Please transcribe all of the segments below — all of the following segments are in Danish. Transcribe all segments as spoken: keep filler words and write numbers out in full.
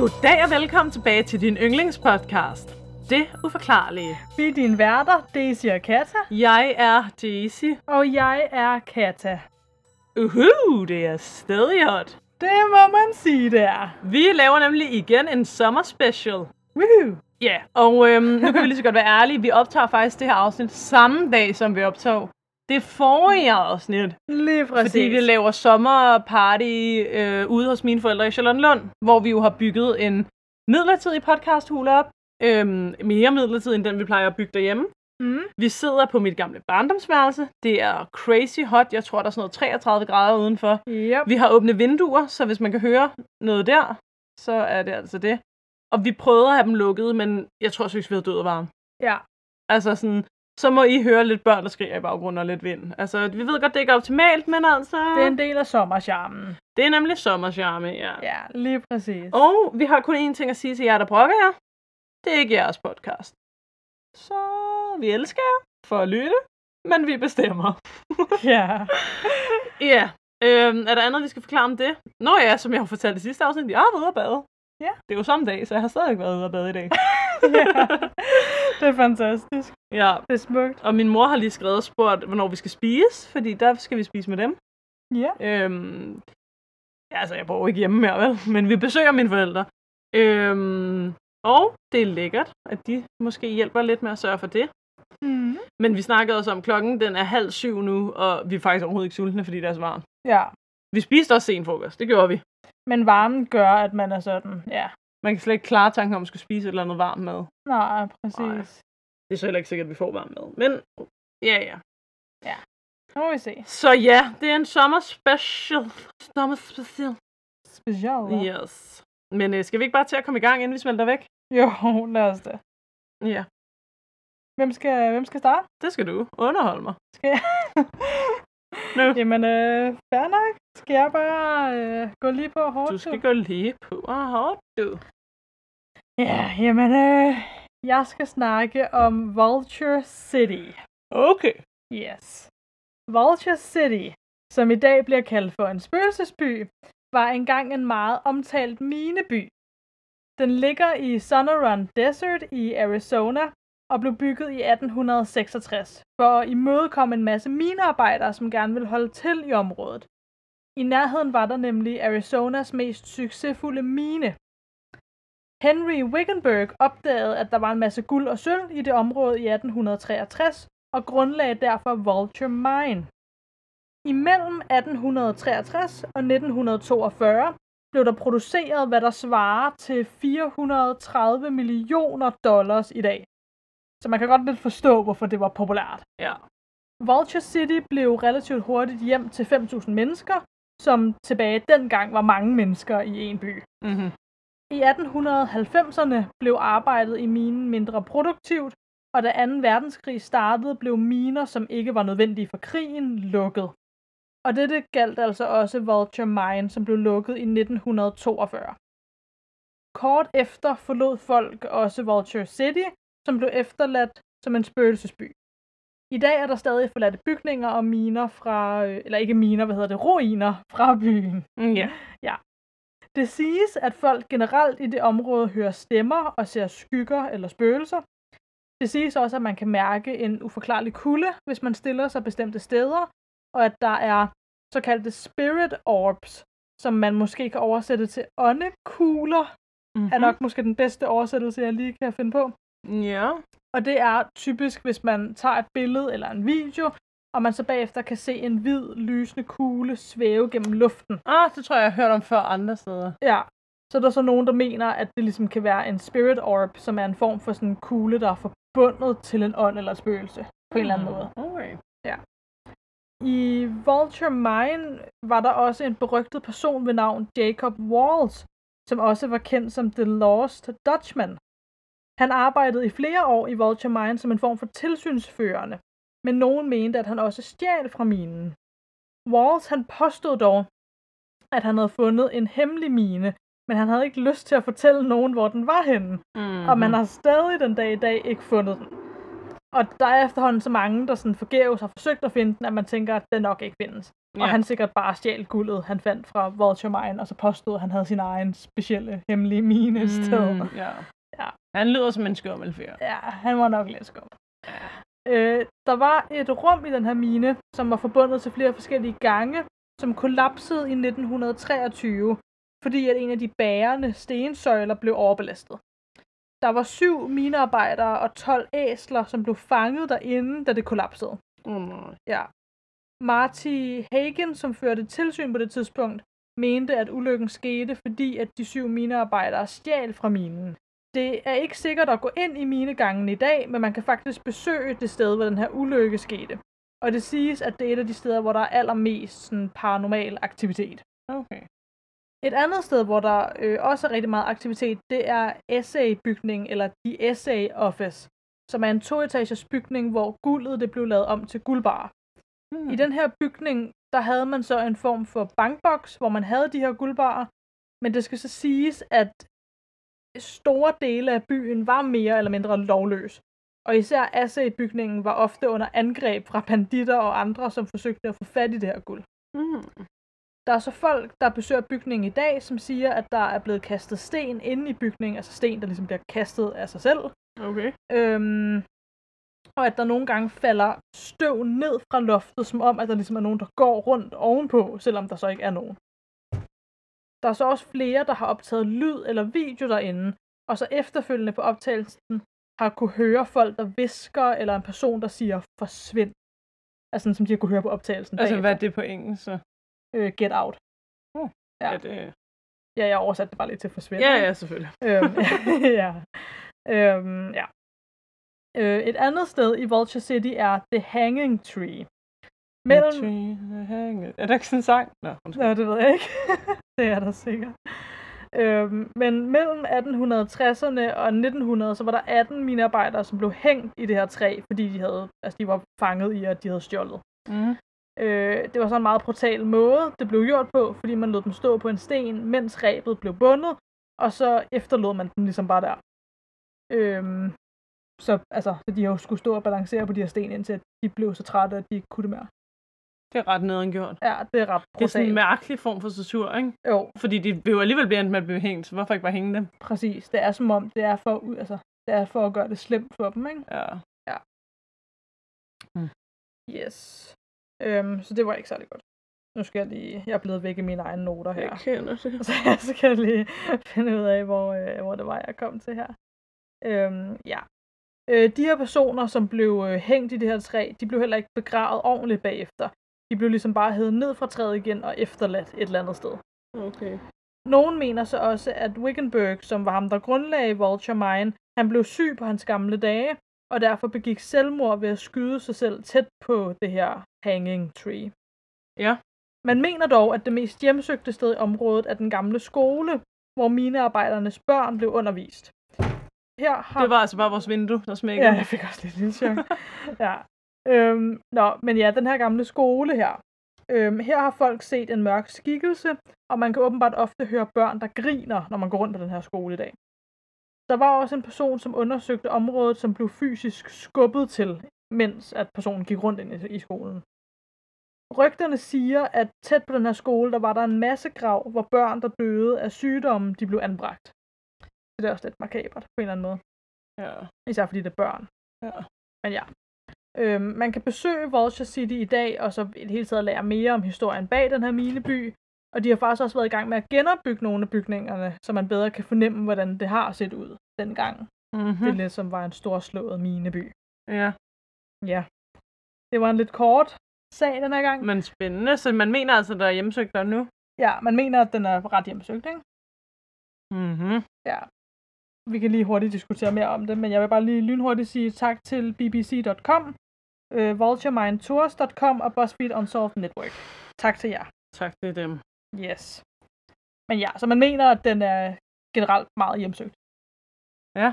Goddag og velkommen tilbage til din yndlingspodcast, Det Uforklarlige. Vi er dine værter, Daisy og Kata. Jeg er Daisy. Og jeg er Kata. Uhu, det er stadig hot. Det må man sige, det er. Vi laver nemlig igen en sommerspecial. Woohoo! Ja, yeah. og øhm, nu kan vi lige så godt være ærlige. Vi optager faktisk det her afsnit samme dag, som vi optog det forrige afsnit. Lige præcis. Fordi vi laver sommerparty øh, ude hos mine forældre i Charlottenlund, hvor vi jo har bygget en midlertidig podcasthule op. Øhm, mere midlertidig end den, vi plejer at bygge derhjemme. Mm. Vi sidder på mit gamle barndomsværelse. Det er crazy hot. Jeg tror, der er sådan noget treogtredive grader udenfor. Yep. Vi har åbne vinduer, så hvis man kan høre noget der, så er det altså det. Og vi prøvede at have dem lukket, men jeg tror synes vi havde død og varme. Ja. Altså sådan, så må I høre lidt børn, der skriger i baggrunden og lidt vind. Altså, vi ved godt, det ikke er optimalt, men altså... Det er en del af sommercharmen. Det er nemlig sommercharme, ja. Ja, lige præcis. Og vi har kun én ting at sige til jer, der brokker jer. Det er ikke jeres podcast. Så vi elsker jer for at lytte, men vi bestemmer. Ja. Ja. Øhm, er der andet, vi skal forklare om det? Nå ja, som jeg har fortalt det sidste afsnit, jeg har været ude at bade. Ja. Det er jo samme dag, så jeg har stadig været ude at bade i dag. Ja. Det er fantastisk. Ja. Det er smukt. Og min mor har lige skrevet og spurgt, hvornår vi skal spise, fordi der skal vi spise med dem. Ja. Øhm, ja, altså jeg bor ikke hjemme mere, vel? Men vi besøger mine forældre. Øhm, og det er lækkert, at de måske hjælper lidt med at sørge for det. Mm. Men vi snakkede også om, klokken den er halv syv nu, og vi er faktisk overhovedet ikke sultne, fordi det er så varmt. Ja. Vi spiste også sen frokost, det gjorde vi. Men varmen gør, at man er sådan, ja. Man kan slet ikke klare tanken om at skulle spise et eller andet varmt mad. Nej, præcis. Nej. Det er så heller ikke sikkert, at vi får varmt mad. Men ja, ja. Ja, nu må vi se. Så ja, det er en sommer special. Sommer special. Special, hva'? Yes. Men øh, skal vi ikke bare til at komme i gang, inden vi smelter væk? Jo, lad os det. Ja. Hvem skal, hvem skal starte? Det skal du. Underholde mig. Skal jeg? Nu. Jamen, øh, fair nok. Skal jeg bare øh, gå lige på hårdt? Du skal gå lige på hårdt, du. Ja, jamen, øh, jeg skal snakke om Vulture City. Okay. Yes. Vulture City, som i dag bliver kaldt for en spøgelsesby, var engang en meget omtalt mineby. Den ligger i Sonoran Desert i Arizona og blev bygget i atten seksogtres for at imødekomme en masse minearbejdere, som gerne ville holde til i området. I nærheden var der nemlig Arizonas mest succesfulde mine. Henry Wiggenberg opdagede, at der var en masse guld og sølv i det område i atten treogtres og grundlagde derfor Vulture Mine. Imellem atten treogtres og nitten toogfyrre blev der produceret, hvad der svarer til fire hundrede og tredive millioner dollars i dag. Så man kan godt lidt forstå, hvorfor det var populært. Ja. Vulture City blev relativt hurtigt hjem til fem tusind mennesker, som tilbage dengang var mange mennesker i en by. Mm-hmm. I atten halvfemserne blev arbejdet i minen mindre produktivt, og da anden verdenskrig startede, blev miner, som ikke var nødvendige for krigen, lukket. Og dette galt altså også Vulture Mine, som blev lukket i nitten toogfyrre. Kort efter forlod folk også Vulture City, som blev efterladt som en spøgelsesby. I dag er der stadig forladte bygninger og miner fra, eller ikke miner, hvad hedder det, ruiner fra byen. Mm, yeah. Ja. Det siges, at folk generelt i det område hører stemmer og ser skygger eller spøgelser. Det siges også, at man kan mærke en uforklarlig kulde, hvis man stiller sig bestemte steder, og at der er såkaldte spirit orbs, som man måske kan oversætte til åndekugler, mm-hmm. er nok måske den bedste oversættelse, jeg lige kan finde på. Ja. Og det er typisk, hvis man tager et billede eller en video, og man så bagefter kan se en hvid, lysende kugle svæve gennem luften. Ah, det tror jeg, jeg har hørt om før andre steder. Ja, så er der så nogen, der mener, at det ligesom kan være en spirit orb, som er en form for sådan en kugle, der er forbundet til en ånd eller et spøgelse, på en eller anden måde. Okay. Ja. I Vulture Mine var der også en berygtet person ved navn Jacob Walls, som også var kendt som The Lost Dutchman. Han arbejdede i flere år i Vulture Mine som en form for tilsynsførende, men nogen mente, at han også stjal fra minen. Walls han påstod dog, at han havde fundet en hemmelig mine, men han havde ikke lyst til at fortælle nogen, hvor den var henne. Mm-hmm. Og man har stadig den dag i dag ikke fundet den. Og der er efterhånden så mange, der sådan forgæves har forsøgt at finde den, at man tænker, at den nok ikke findes. Ja. Og han sikkert bare stjal guldet, han fandt fra Vulture Mine, og så påstod, at han havde sin egen specielle, hemmelige mine et sted. Mm, ja. Ja. Han lyder som en skummelfyr. Ja, han var nok lidt skummel. Ja. Øh, der var et rum i den her mine, som var forbundet til flere forskellige gange, som kollapsede i nitten treogtyve, fordi at en af de bærende stensøjler blev overbelastet. Der var syv minearbejdere og tolv æsler, som blev fanget derinde, da det kollapsede. Oh, nej. Ja. Marty Hagen, som førte tilsyn på det tidspunkt, mente, at ulykken skete, fordi at de syv minearbejdere stjal fra minen. Det er ikke sikkert at gå ind i minegangen i dag, men man kan faktisk besøge det sted, hvor den her ulykke skete. Og det siges, at det er et af de steder, hvor der er allermest sådan, paranormal aktivitet. Okay. Et andet sted, hvor der øh, også er rigtig meget aktivitet, det er S A-bygningen, eller The S A Office, som er en toetagers bygning, hvor guldet det blev lavet om til guldbarer. Hmm. I den her bygning, der havde man så en form for bankboks, hvor man havde de her guldbarer, men det skal så siges, at store dele af byen var mere eller mindre lovløs. Og især S A-bygningen var ofte under angreb fra banditter og andre, som forsøgte at få fat i det her guld. Hmm. Der er så folk, der besøger bygningen i dag, som siger, at der er blevet kastet sten inde i bygningen, altså sten, der ligesom bliver kastet af sig selv. Okay. Øhm, og at der nogle gange falder støv ned fra loftet, som om, at der ligesom er nogen, der går rundt ovenpå, selvom der så ikke er nogen. Der er så også flere, der har optaget lyd eller video derinde, og så efterfølgende på optagelsen har kunne høre folk, der visker, eller en person, der siger, forsvind. Altså sådan, som de har kunne høre på optagelsen. Altså, bagefter. hvad er det på engelsk så? Uh, get out. Uh, ja. Ja, det... ja, jeg oversatte det bare lidt til forsvind. Ja, ja, selvfølgelig. øhm, ja. Øhm, ja. Øh, et andet sted i Vulture City er The Hanging Tree. Mellem... Tree, the hanging... Er der ikke sådan en sang? Nå, Nå, det ved jeg ikke. Det er der sikkert. Øhm, men mellem atten tresserne og nitten hundrede, så var der atten minearbejdere, som blev hængt i det her træ, fordi de, havde, altså, de var fanget i, at de havde stjålet. Mm. Øh, det var sådan en meget brutal måde, det blev gjort på, fordi man lod dem stå på en sten, mens rebet blev bundet, og så efterlod man dem ligesom bare der. Øhm, så, altså, så de jo skulle stå og balancere på de her sten, indtil de blev så trætte, at de ikke kunne det mere. Det er ret nedengjort. Ja, det er ret brutalt. Det er sådan en mærkelig form for tortur, ikke? Jo. Fordi de vil jo alligevel blive endt med at blive hængt, så hvorfor ikke bare hænge dem? Præcis. Det er som om, det er for, altså, det er for at gøre det slemt for dem, ikke? Ja. Ja. Hmm. Yes. Øhm, så det var ikke særlig godt. Nu skal jeg lige... Jeg er blevet væk i mine egne noter her. Jeg kender det. Så, så kan jeg lige finde ud af, hvor, øh, hvor det var, jeg kom til her. Øhm, ja. Øh, de her personer, som blev øh, hængt i det her træ, de blev heller ikke begravet ordentligt bagefter. De blev ligesom bare hævet ned fra træet igen og efterladt et eller andet sted. Okay. Nogen mener så også, at Wickenburg, som var ham, der grundlagde Vulture Mine, han blev syg på hans gamle dage, og derfor begik selvmord ved at skyde sig selv tæt på det her Hanging Tree. Ja. Man mener dog, at det mest hjemsøgte sted i området er den gamle skole, hvor minearbejdernes børn blev undervist. Her har... Det var altså bare vores vindue, der smækkede. Ja, jeg fik også lidt lille chok. Ja. Øhm, nå, men ja, den her gamle skole her. Øhm, her har folk set en mørk skikkelse, og man kan åbenbart ofte høre børn, der griner, når man går rundt på den her skole i dag. Der var også en person, som undersøgte området, som blev fysisk skubbet til, mens at personen gik rundt ind i skolen. Rygterne siger, at tæt på den her skole, der var der en masse grav, hvor børn, der døde af sygdomme, de blev anbragt. Så det er også lidt makabert på en eller anden måde. Ja. Især fordi det er børn. Ja. Men ja. Øhm, man kan besøge Vulture City i dag, og så i det hele taget lære mere om historien bag den her mineby. Og de har faktisk også været i gang med at genopbygge nogle af bygningerne, så man bedre kan fornemme, hvordan det har set ud dengang. Mm-hmm. Det lidt som var en storslået mineby. Ja. Ja. Det var en lidt kort sag den her gang. Men spændende, så man mener altså, der er hjemsøgt der nu? Ja, man mener, at den er ret hjemsøgt, ikke? Mhm. Ja. Vi kan lige hurtigt diskutere mere om det, men jeg vil bare lige lynhurtigt sige tak til B B C punktum com, uh, vulture mine tours punktum com og BuzzFeed Unsolved Network. Tak til jer. Tak til dem. Yes. Men ja, så man mener, at den er generelt meget hjemsøgt. Ja.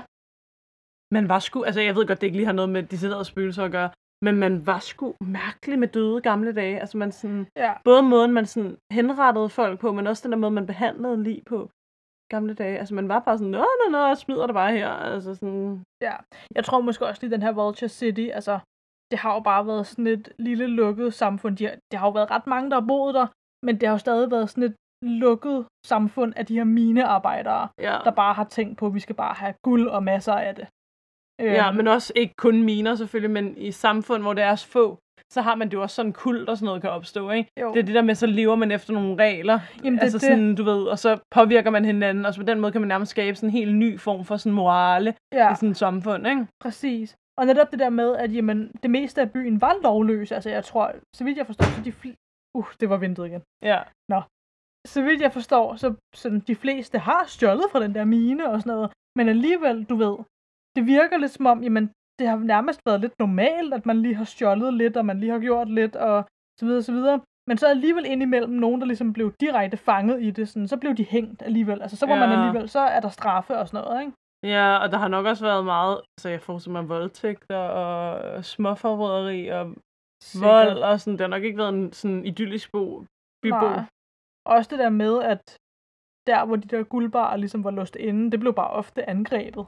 Man var sgu, altså jeg ved godt, det ikke lige har noget med deciderede spøgelser at gøre, men man var sgu mærkelig med døde gamle dage. Altså man sådan, ja. Både måden, man sådan henrettede folk på, men også den der måde, man behandlede lig på gamle dage. Altså man var bare sådan, nå, nå, nå, jeg smider det bare her. Altså sådan... Ja, jeg tror måske også lige den her Vulture City, altså det har jo bare været sådan et lille lukket samfund. De har, det har jo været ret mange, der har boet der, men det har jo stadig været sådan et lukket samfund af de her minearbejdere, ja. der bare har tænkt på, at vi skal bare have guld og masser af det. Ja, øhm. men også ikke kun miner selvfølgelig, men i samfund, hvor det er så få, så har man det jo også sådan kult og sådan noget kan opstå, ikke? Jo. Det er det der med, så lever man efter nogle regler, Jamen, det, altså det. sådan, du ved, og så påvirker man hinanden, og så på den måde kan man nærmest skabe sådan en helt ny form for sådan morale ja. i sådan et samfund, ikke? Præcis. Og netop det der med, at jamen, det meste af byen var lovløs, altså jeg tror, så vidt jeg forstår, så de fl- Uh, det var vinduet igen. Ja. Nå. Så vidt jeg forstår, så sådan, de fleste har stjålet fra den der mine og sådan noget, men alligevel, du ved, det virker lidt som om, jamen, det har nærmest været lidt normalt, at man lige har stjålet lidt, og man lige har gjort lidt, og så videre, så videre. Men så alligevel indimellem nogen, der ligesom blev direkte fanget i det, sådan, så blev de hængt alligevel. Altså, så var ja. man alligevel, så er der straffe og sådan noget, ikke? Ja, og der har nok også været meget, så jeg forestiller mig voldtægter og småforbryderi og sikkert. Vold og sådan. Det har nok ikke været en sådan idyllisk bo, bybo. Nej. Også det der med, at der, hvor de der guldbarer ligesom var låst inde, det blev bare ofte angrebet.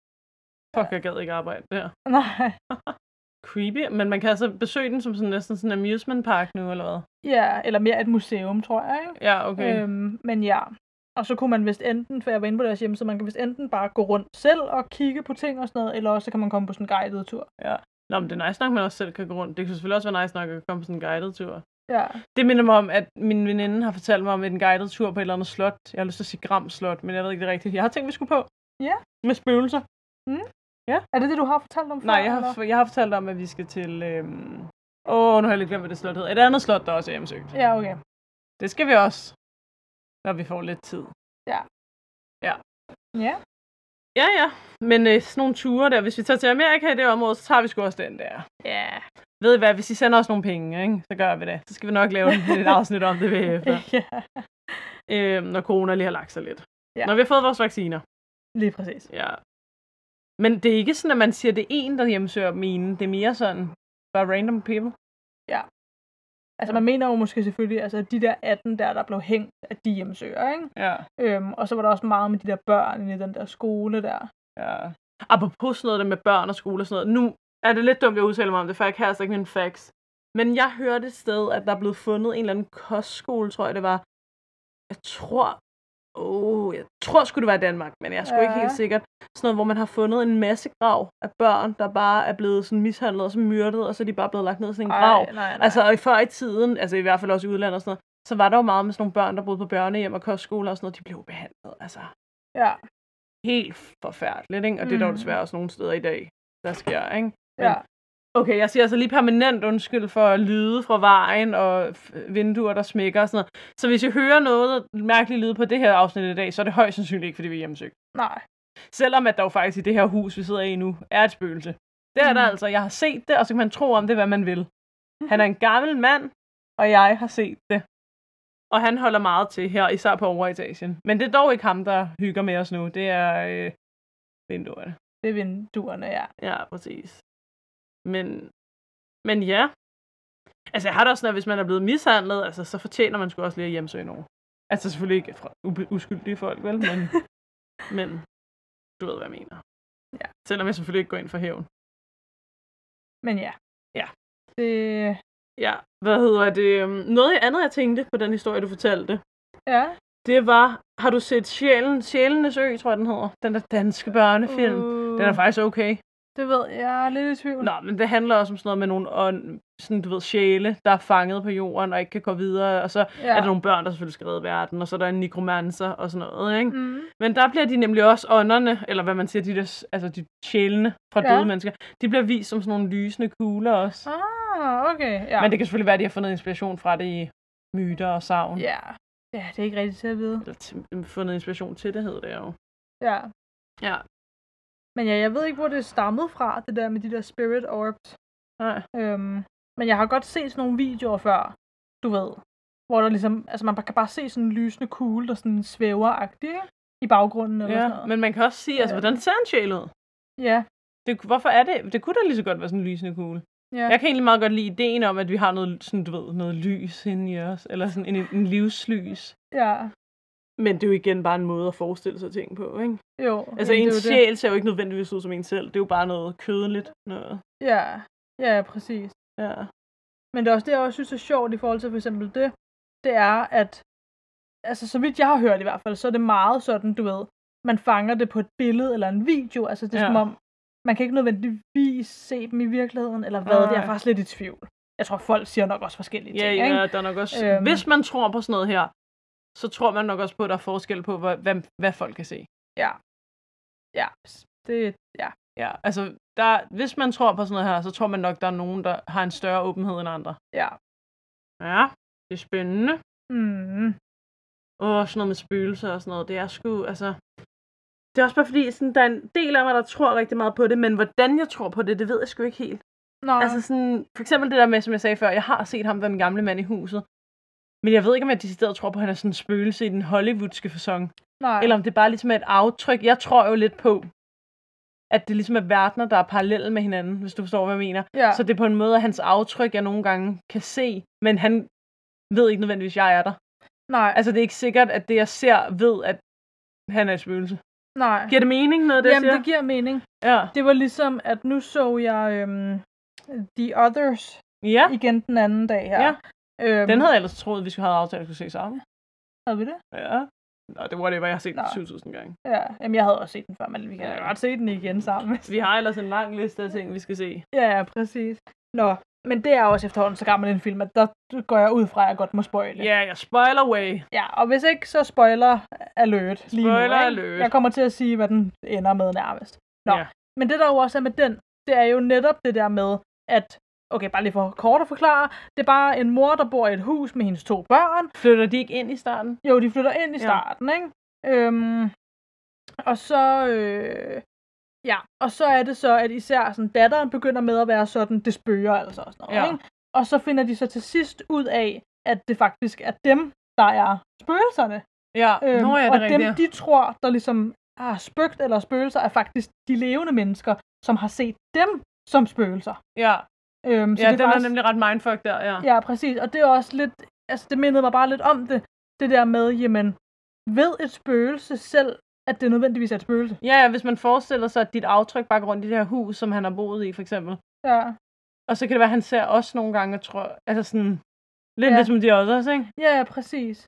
Fuck, jeg gad ikke arbejde der. Nej. Creepy, men man kan altså besøge den som sådan næsten sådan en amusement park nu, eller hvad? Ja, eller mere et museum, tror jeg, ikke? Ja, okay. Øhm, men ja, og så kunne man vist enten, for jeg var inde på deres hjemme, så man kan vist enten bare gå rundt selv og kigge på ting og sådan noget, eller også kan man komme på sådan en guided tur. Ja. Nå, men det er nice nok, at man også selv kan gå rundt. Det kan selvfølgelig også være nice nok at komme på sådan en guided tur. Ja. Det minder mig om, at min veninde har fortalt mig om en guided tur på et eller andet slot. Jeg har lyst til at sige Gram Slot, men jeg ved ikke det rigtigt. Jeg har tænkt, vi skulle på. Ja. Med spøgelser. Mm. Ja. Er det det, du har fortalt om før? Nej, jeg har, jeg har fortalt om, at vi skal til... Øhm... Åh, nu har jeg lidt glemt, hvad det slot hedder. Et andet slot, der også er hjemmesøgt. Ja, okay. Det skal vi også, når vi får lidt tid. Ja. Ja. Ja. Ja, ja. Men øh, sådan nogle ture der, hvis vi tager til Amerika i det område, så tager vi sgu også den der. Ja. Ved I hvad, hvis I sender os nogle penge, ikke, så gør vi det. Så skal vi nok lave et afsnit om det bagefter. Ja. Øhm, når corona lige har lagt sig lidt. Ja. Når vi har fået vores vacciner. Lige præcis. Ja. Men det er ikke sådan, at man siger, at det er en, der hjemsøger minen. Det er mere sådan, bare random people. Ja. Altså man mener jo måske selvfølgelig, altså de der atten der, der blev hængt, at de hjemsøger, ikke? Ja. Øhm, og så var der også meget med de der børn i den der skole der. Ja. Apropos sådan noget der med børn og skole og sådan noget. Nu er det lidt dumt, jeg udtaler mig om det, for jeg kan altså ikke mine facts. Men jeg hørte et sted, at der er blevet fundet en eller anden kostskole, tror jeg det var. Jeg tror, oh, jeg tror sgu det var i Danmark, men jeg er sgu ja. ikke helt sikkert. Sådan noget, hvor man har fundet en masse grav af børn, der bare er blevet sådan mishandlet og så myrdet, og så er de bare blevet lagt ned i sådan en Ej, grav. nej, nej. Altså, og før i tiden, altså i hvert fald også i udlandet og sådan noget, så var der jo meget med sådan nogle børn, der boede på børnehjem og kostskoler og sådan noget, de blev behandlet, altså. Ja. Helt forfærdeligt, ikke? Og det er mm. der jo desværre også nogle steder i dag, der sker, ikke? Men, ja. Okay, jeg siger altså lige permanent undskyld for lyde fra vejen og vinduer, der smækker og sådan noget. Så hvis I hører noget mærkeligt lyde på det her afsnit i dag, så er det højst sandsynligt ikke, fordi vi er hjemmesøgt. Nej. Selvom at der jo faktisk i det her hus, vi sidder i nu, er et spøgelse. Det er mm. der altså. Jeg har set det, og så kan man tro om det, hvad man vil. Han er en gammel mand, og jeg har set det. Og han holder meget til her, især på overetagen. Men det er dog ikke ham, der hygger med os nu. Det er øh, vinduerne. Det er vinduerne, ja. Ja, præcis. Men, men ja. Altså, jeg har da også sådan, at hvis man er blevet mishandlet, altså, så fortjener man sgu også lige at hjemsøge nogen. Altså, selvfølgelig ikke fra u- uskyldige folk, vel? Men, men du ved, hvad jeg mener. Ja. Selvom jeg selvfølgelig ikke går ind for hævn. Men ja. Ja. Det... Ja, hvad hedder det? Noget andet, jeg tænkte på den historie, du fortalte. Ja. Det var, har du set Sjælen, Sjælenes Ø, tror jeg, den hedder? Den der danske børnefilm. Uh. Den er faktisk okay. Det ved jeg, jeg er lidt i tvivl. Nå, men det handler også om sådan noget med nogle ånd, sådan, du ved, sjæle, der er fanget på jorden og ikke kan gå videre. Og så ja. er der nogle børn, der selvfølgelig skal redde verden, og så er der en nekromancer og sådan noget, ikke? Mm. Men der bliver de nemlig også ånderne, eller hvad man siger, de der, altså de sjælene fra ja. døde mennesker, de bliver vist som sådan nogle lysende kugler også. Ah, okay, ja. Men det kan selvfølgelig være, at de har fundet inspiration fra det i myter og sagn. Ja, ja, det er ikke rigtigt til at vide. Eller t- fundet inspiration til det, hedder det jo. Ja. Ja. Men ja, jeg ved ikke, hvor det er stammet fra, det der med de der spirit orbs. Nej. Øhm, men jeg har godt set sådan nogle videoer før, du ved, hvor der ligesom, altså man kan bare se sådan en lysende kugle, der sådan svæver-agtig, ikke? I baggrunden eller ja, sådan noget. Men man kan også sige, altså, hvordan ser en sjæl ud? Ja. Det, hvorfor er det? Det kunne da lige så godt være sådan en lysende kugle. Ja. Jeg kan egentlig meget godt lide ideen om, at vi har noget, sådan, du ved, noget lys inde i os, eller sådan en, en livslys. Ja. Men det er jo igen bare en måde at forestille sig ting på, ikke? Jo. Altså, en sjæl ser jo ikke nødvendigvis ud som en selv. Det er jo bare noget kødeligt noget. Ja. Ja, præcis. Ja. Men det er også det, jeg også synes er sjovt i forhold til for eksempel det, det er, at altså så vidt jeg har hørt i hvert fald, så er det meget sådan, du ved, man fanger det på et billede eller en video, altså det er ja. som om, man kan ikke nødvendigvis se dem i virkeligheden, eller hvad, det er faktisk lidt i tvivl. Jeg tror, folk siger nok også forskellige ja, ting, ja, ikke? Ja, der er nok også, øhm, hvis man tror på sådan noget her, så tror man nok også på, at der er forskel på, hvad, hvad, hvad folk kan se. Ja. Ja, det, ja. Ja, altså, der, hvis man tror på sådan noget her, så tror man nok, der er nogen, der har en større åbenhed end andre. Ja. Ja, det er spændende. Mhm. Åh, sådan noget med spøgelser og sådan noget, det er sgu, altså... Det er også bare fordi, sådan, der er en del af mig, der tror rigtig meget på det, men hvordan jeg tror på det, det ved jeg sgu ikke helt. Nå. Altså sådan, for eksempel det der med, som jeg sagde før, jeg har set ham, den gamle mand i huset. Men jeg ved ikke, om jeg decideret tror på, at han er sådan en spøgelse i den hollywoodske facon. Nej. Eller om det bare ligesom er et aftryk. Jeg tror jo lidt på, at det ligesom er verdener, der er parallelle med hinanden, hvis du forstår, hvad jeg mener. Ja. Så det er på en måde, at hans aftryk, jeg nogle gange kan se, men han ved ikke nødvendigvis, at jeg er der. Nej. Altså, det er ikke sikkert, at det, jeg ser, ved, at han er et spøgelse. Nej. Giver det mening, noget af det, Jamen, jeg siger? det giver mening. Ja. Det var ligesom, at nu så jeg øhm, The Others ja. igen den anden dag her. Ja. Øhm, den havde jeg ellers troet, vi skulle have aftalt, at vi skulle se sammen. Havde vi det? Ja. Nå, det var det, hvad jeg har set den syv tusind gange. Ja, jamen jeg havde også set den før, men vi kan ja. godt se den igen sammen. Vi har ellers en lang liste af ting, vi skal se. Ja, ja, præcis. Nå, men det er også efterhånden så gammel en film, at der går jeg ud fra, at jeg godt må spoile. Ja, jeg spoiler away. Ja, og hvis ikke, så spoiler alert lige spoiler nu. Alert. Jeg kommer til at sige, hvad den ender med nærmest. Nå, ja. Men det der jo også er med den, det er jo netop det der med, at okay, bare lige for kort at forklare. Det er bare en mor, der bor i et hus med hendes to børn. Flytter de ikke ind i starten? Jo, de flytter ind i starten, ja. Ikke? Øhm, og så... Øh, ja, og så er det så, at især sådan, datteren begynder med at være sådan, det spøger altså og sådan noget. Ja. Ikke? Og så finder de så til sidst ud af, at det faktisk er dem, der er spøgelserne. Ja, øhm, Nå, ja det og er dem, rigtigt. de tror, der ligesom har spøgt eller spøgelser, er faktisk de levende mennesker, som har set dem som spøgelser. Ja. Øhm, så ja, det den er, faktisk... er nemlig ret mindfuck der, ja. Ja, præcis. Og det er også lidt, altså det mindede mig bare lidt om det, det der med, jamen, ved et spøgelse selv, at det nødvendigvis er et spøgelse? Ja, ja, hvis man forestiller sig, at dit aftryk bare går rundt i det her hus, som han har boet i, for eksempel. Ja. Og så kan det være, at han ser også nogle gange, tror altså sådan, lidt ja. Ligesom de også, ikke? Ja, ja, præcis.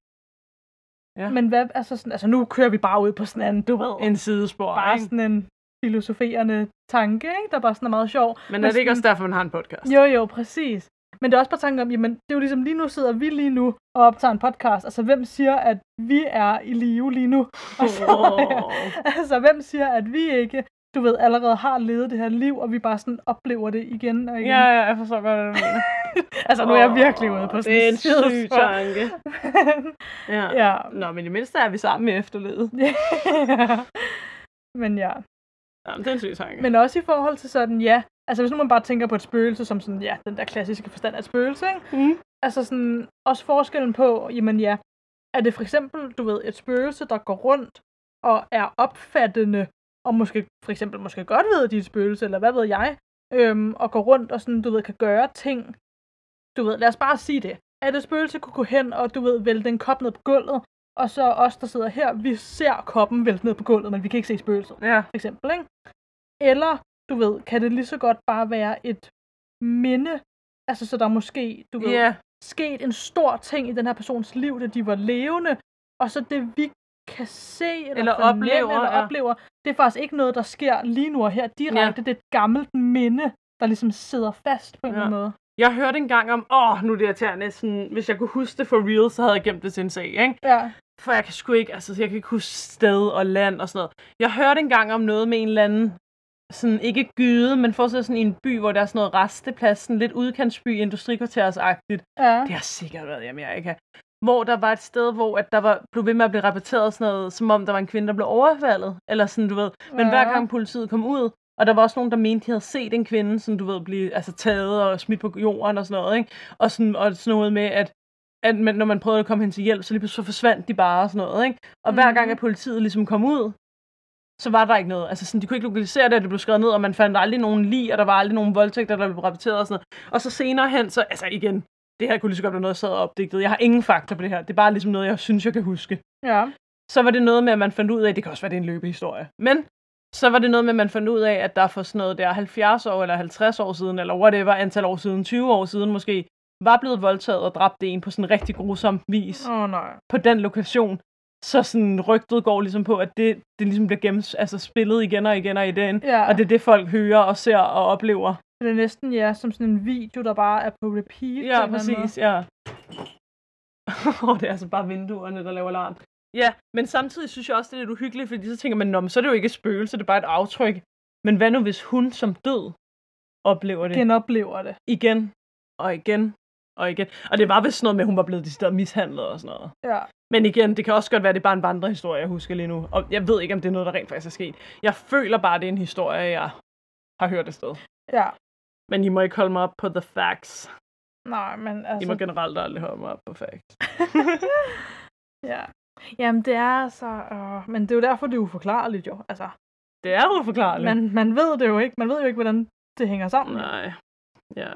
Ja. Men hvad, altså sådan, altså nu kører vi bare ud på sådan en, du ved. En sidespor, bare ikke? sådan en filosoferende tanke, ikke? Der er bare sådan er meget sjov. Men er det ikke også derfor, man har en podcast? Jo, jo, præcis. Men det er også bare tanken om, jamen, det er jo ligesom lige nu sidder vi lige nu og optager en podcast. Altså, hvem siger, at vi er i live lige nu? Og så, oh. altså, hvem siger, at vi ikke, du ved, allerede har levet det her liv, og vi bare sådan oplever det igen og igen? Ja, ja, jeg forstår godt, hvad du mener. altså, nu er jeg virkelig ude på sådan det er en syg tanke. ja. ja. Nå, men i mindste er vi sammen med efterlevet. ja. Men ja. Jamen, det er en syg tanke. Men også i forhold til sådan, ja, altså hvis nu man bare tænker på et spøgelse som sådan, ja, den der klassiske forstand af et spøgelse, ikke? Mm. Altså sådan, også forskellen på, jamen ja, er det for eksempel, du ved, et spøgelse, der går rundt og er opfattende, og måske for eksempel måske godt ved, at de er et spøgelse, eller hvad ved jeg, øhm, og går rundt og sådan, du ved, kan gøre ting, du ved, lad os bare sige det, at et spøgelse kunne gå hen og, du ved, vælte en kop ned på gulvet, og så os, der sidder her, vi ser koppen vælte ned på gulvet, men vi kan ikke se spøgelset, ja. for eksempel, ikke? Eller, du ved, kan det lige så godt bare være et minde, altså så der måske, du ved, yeah. sket en stor ting i den her persons liv, da de var levende, og så det vi kan se, eller, eller fornemme, oplever, eller ja. oplever, det er faktisk ikke noget, der sker lige nu og her direkte, ja. Det er et gammelt minde, der ligesom sidder fast på en ja. eller anden måde. Jeg hørte engang om, åh, nu er det irriterende, sådan, hvis jeg kunne huske det for real, så havde jeg gemt det til en sag, ikke? Ja. For jeg kan sgu ikke, altså jeg kan ikke huske sted og land og sådan noget. Jeg hørte engang om noget med en eller anden, sådan ikke gyde, men fortsat sådan i en by, hvor der er sådan noget resteplads, sådan lidt udkantsby, industrikvartersagtigt. Ja. Det har sikkert været i Amerika. Hvor der var et sted, hvor at der var, blev ved med at blive rapporteret sådan noget, som om der var en kvinde, der blev overfaldet. Eller sådan, du ved. Men ja. Hver gang politiet kom ud, og der var også nogen, der mente, de havde set en kvinde, sådan, du ved, blive altså, taget og smidt på jorden og sådan noget, ikke? Og sådan, og sådan noget med, at, at når man prøvede at komme hen til hjælp, så lige pludselig så forsvandt de bare og sådan noget, ikke? Og mm-hmm. hver gang, at politiet ligesom kom ud, så var der ikke noget. Altså sådan, de kunne ikke lokalisere det, det blev skrevet ned, og man fandt aldrig nogen lig, og der var aldrig nogen voldtægter, der blev rapporteret og sådan noget. Og så senere hen, så, altså igen, det her kunne lige så godt være noget, jeg sad og opdigtet. Jeg har ingen fakta på det her. Det er bare ligesom noget, jeg synes, jeg kan huske. Ja. Så var det noget med, at man fandt ud af, at det kan også være, det er en løbehistorie. Men så var det noget med, at man fandt ud af, at der for sådan noget der halvfjerds år eller halvtreds år siden, eller whatever, antal år siden, tyve år siden måske, var blevet voldtaget og dræbt en på sådan en rigtig grusom vis. Åh oh, nej. På den lokation. Så sådan rygtet går ligesom på, at det, det ligesom bliver gennem, altså spillet igen og igen og igen. Ja. Og det er det, folk hører og ser og oplever. Det er næsten, ja, som sådan en video, der bare er på repeat. Ja, præcis, ja. Det er altså bare vinduerne, der laver larm. Ja, men samtidig synes jeg også, det er lidt uhyggeligt, fordi så tænker man, nå, men så er det jo ikke et spøgelse, det er bare et aftryk. Men hvad nu, hvis hun som død oplever det? Genoplever det. Igen og igen og igen. Og det var vist sådan noget med, at hun var blevet decideret mishandlet og sådan noget. Ja. Men igen, det kan også godt være, at det er bare en vandrehistorie, jeg husker lige nu. Og jeg ved ikke, om det er noget, der rent faktisk er sket. Jeg føler bare, at det er en historie, jeg har hørt et sted. Ja. Men I må ikke holde mig op på the facts. Nej, men altså... I må generelt aldrig holde mig op på facts. Ja. Jamen, det er altså... Øh, men det er jo derfor, det er uforklarligt jo. Altså, det er uforklarligt. Man, man ved det jo ikke. Man ved jo ikke, hvordan det hænger sammen. Nej. Ja.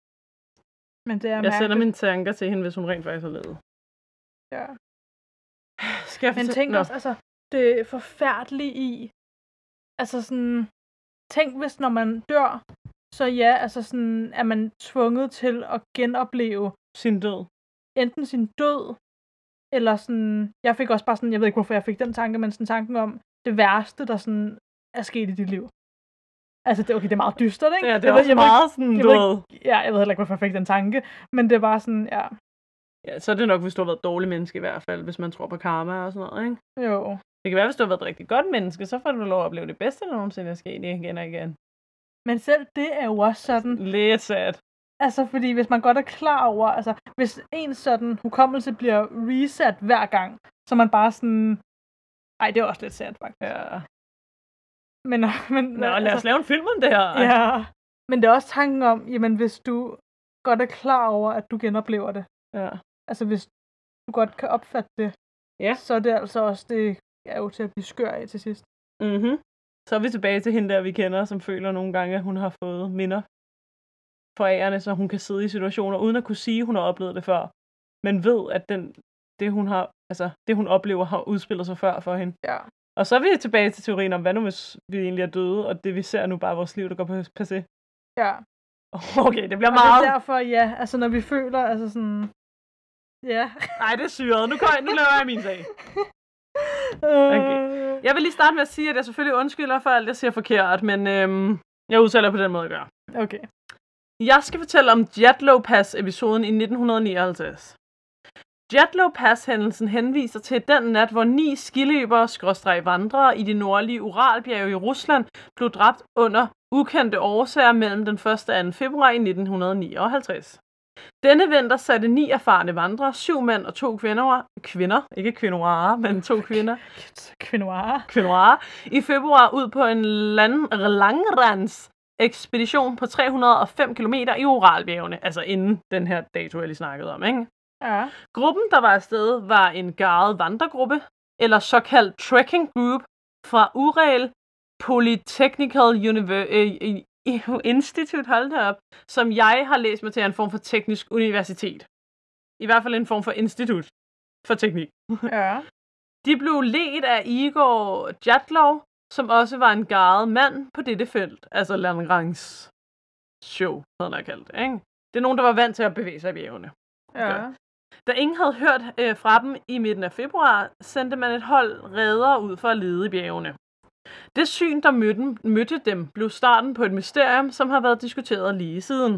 Men det er jeg mærkeligt. sender mine tanker til hende, hvis hun rent faktisk har levet. Ja. Skal jeg men tænk også, altså, det forfærdelige i... Altså sådan... Tænk, hvis når man dør, så ja, altså sådan, er man tvunget til at genopleve... Sin død. Enten sin død, eller sådan... Jeg fik også bare sådan... Jeg ved ikke, hvorfor jeg fik den tanke, men sådan tanken om det værste, der sådan er sket i dit liv. Altså, det, okay, det er meget dystert, ikke? Ja, det er jeg også ved, meget sådan, jeg du ved, ved... ikke, ja, jeg ved heller ikke, hvorfor jeg fik den tanke, men det er bare sådan, ja... Ja, så er det nok, hvis du har været et dårligt menneske i hvert fald, hvis man tror på karma og sådan noget, ikke? Jo. Det kan være, hvis du har været et rigtig godt menneske, så får du lov at opleve det bedste, der nogensinde er sket igen og igen. Men selv det er jo også sådan... Lidt sad. Altså, fordi hvis man godt er klar over, altså, hvis en sådan hukommelse bliver reset hver gang, så er man bare sådan... Ej, det er også lidt sad, faktisk. Ja. Men, men, Nå, lad os altså, lave en film om det her. Ja, men det er også tanken om, jamen, hvis du godt er klar over, at du genoplever det. Ja. Altså, hvis du godt kan opfatte det, ja. så er det altså også, det er jo til at blive skør af til sidst. Mhm. Så er vi tilbage til hende der, vi kender, som føler nogle gange, at hun har fået minder forærende, så hun kan sidde i situationer, uden at kunne sige, at hun har oplevet det før. Men ved, at den, det, hun har, altså, det, hun oplever, har udspillet sig før for hende. Ja. Og så er vi tilbage til teorien om, hvad nu hvis vi egentlig er døde, og det vi ser nu bare vores liv, der går på passé. Ja. Okay, det bliver og meget... Og det er derfor, ja, altså når vi føler, altså sådan... Ja. Nej, det er syret. Nu, jeg, nu laver jeg min sag. Okay. Jeg vil lige starte med at sige, at jeg selvfølgelig undskylder for alt, jeg siger forkert, men øhm, jeg udtaler på den måde, jeg gør. Okay. Jeg skal fortælle om Jatlow Pass-episoden i nitten nioghalvtreds. Jatlow Pass-hændelsen henviser til den nat, hvor ni skiløbere-vandrere i de nordlige Uralbjerge i Rusland blev dræbt under ukendte årsager mellem den første og anden februar i nitten nioghalvtreds. Denne vinter satte ni erfarne vandrere, syv mænd og to kvinder, kvinder, ikke kvinoirer, men to kvinder, kvinoirer, kvinoirer, i februar ud på en land, langrends ekspedition på tre hundrede og fem kilometer i Uralbjergene, altså inden den her dato, jeg lige snakkede om, ikke? Ja. Gruppen, der var afsted, var en garret vandregruppe, eller såkaldt trekking group, fra Ural Polytechnical Univer- Institute, hold det op, som jeg har læst mig til en form for teknisk universitet. I hvert fald en form for institut for teknik. Ja. De blev ledt af Igor Jatlow, som også var en garret mand på dette felt, altså landgangs show, havde han kaldt det, ikke? Det er nogen, der var vant til at bevæge sig i bjergene. Ja. Da ingen havde hørt øh, fra dem i midten af februar, sendte man et hold riddere ud for at lede i bjergene. Det syn, der mødte, mødte dem, blev starten på et mysterium, som har været diskuteret lige siden.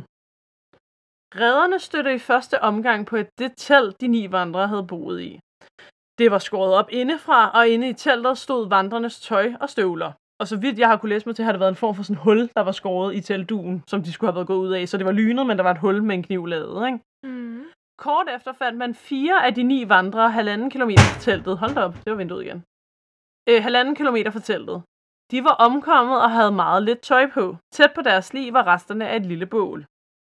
Ridderne stødte i første omgang på et det telt, de ni vandrere havde boet i. Det var skåret op indefra, og inde i teltet stod vandrernes tøj og støvler. Og så vidt jeg har kunne læse mig til, har det været en form for sådan en hul, der var skåret i teltdugen, som de skulle have været gået ud af. Så det var lynet, men der var et hul med en kniv lavet, ikke? Mm. Kort efter fandt man fire af de ni vandrere halvanden kilometer fra teltet. Hold da op, det var vinduet igen. Øh, halvanden kilometer fra teltet. De var omkommet og havde meget lidt tøj på. Tæt på deres lig var resterne af et lille bål.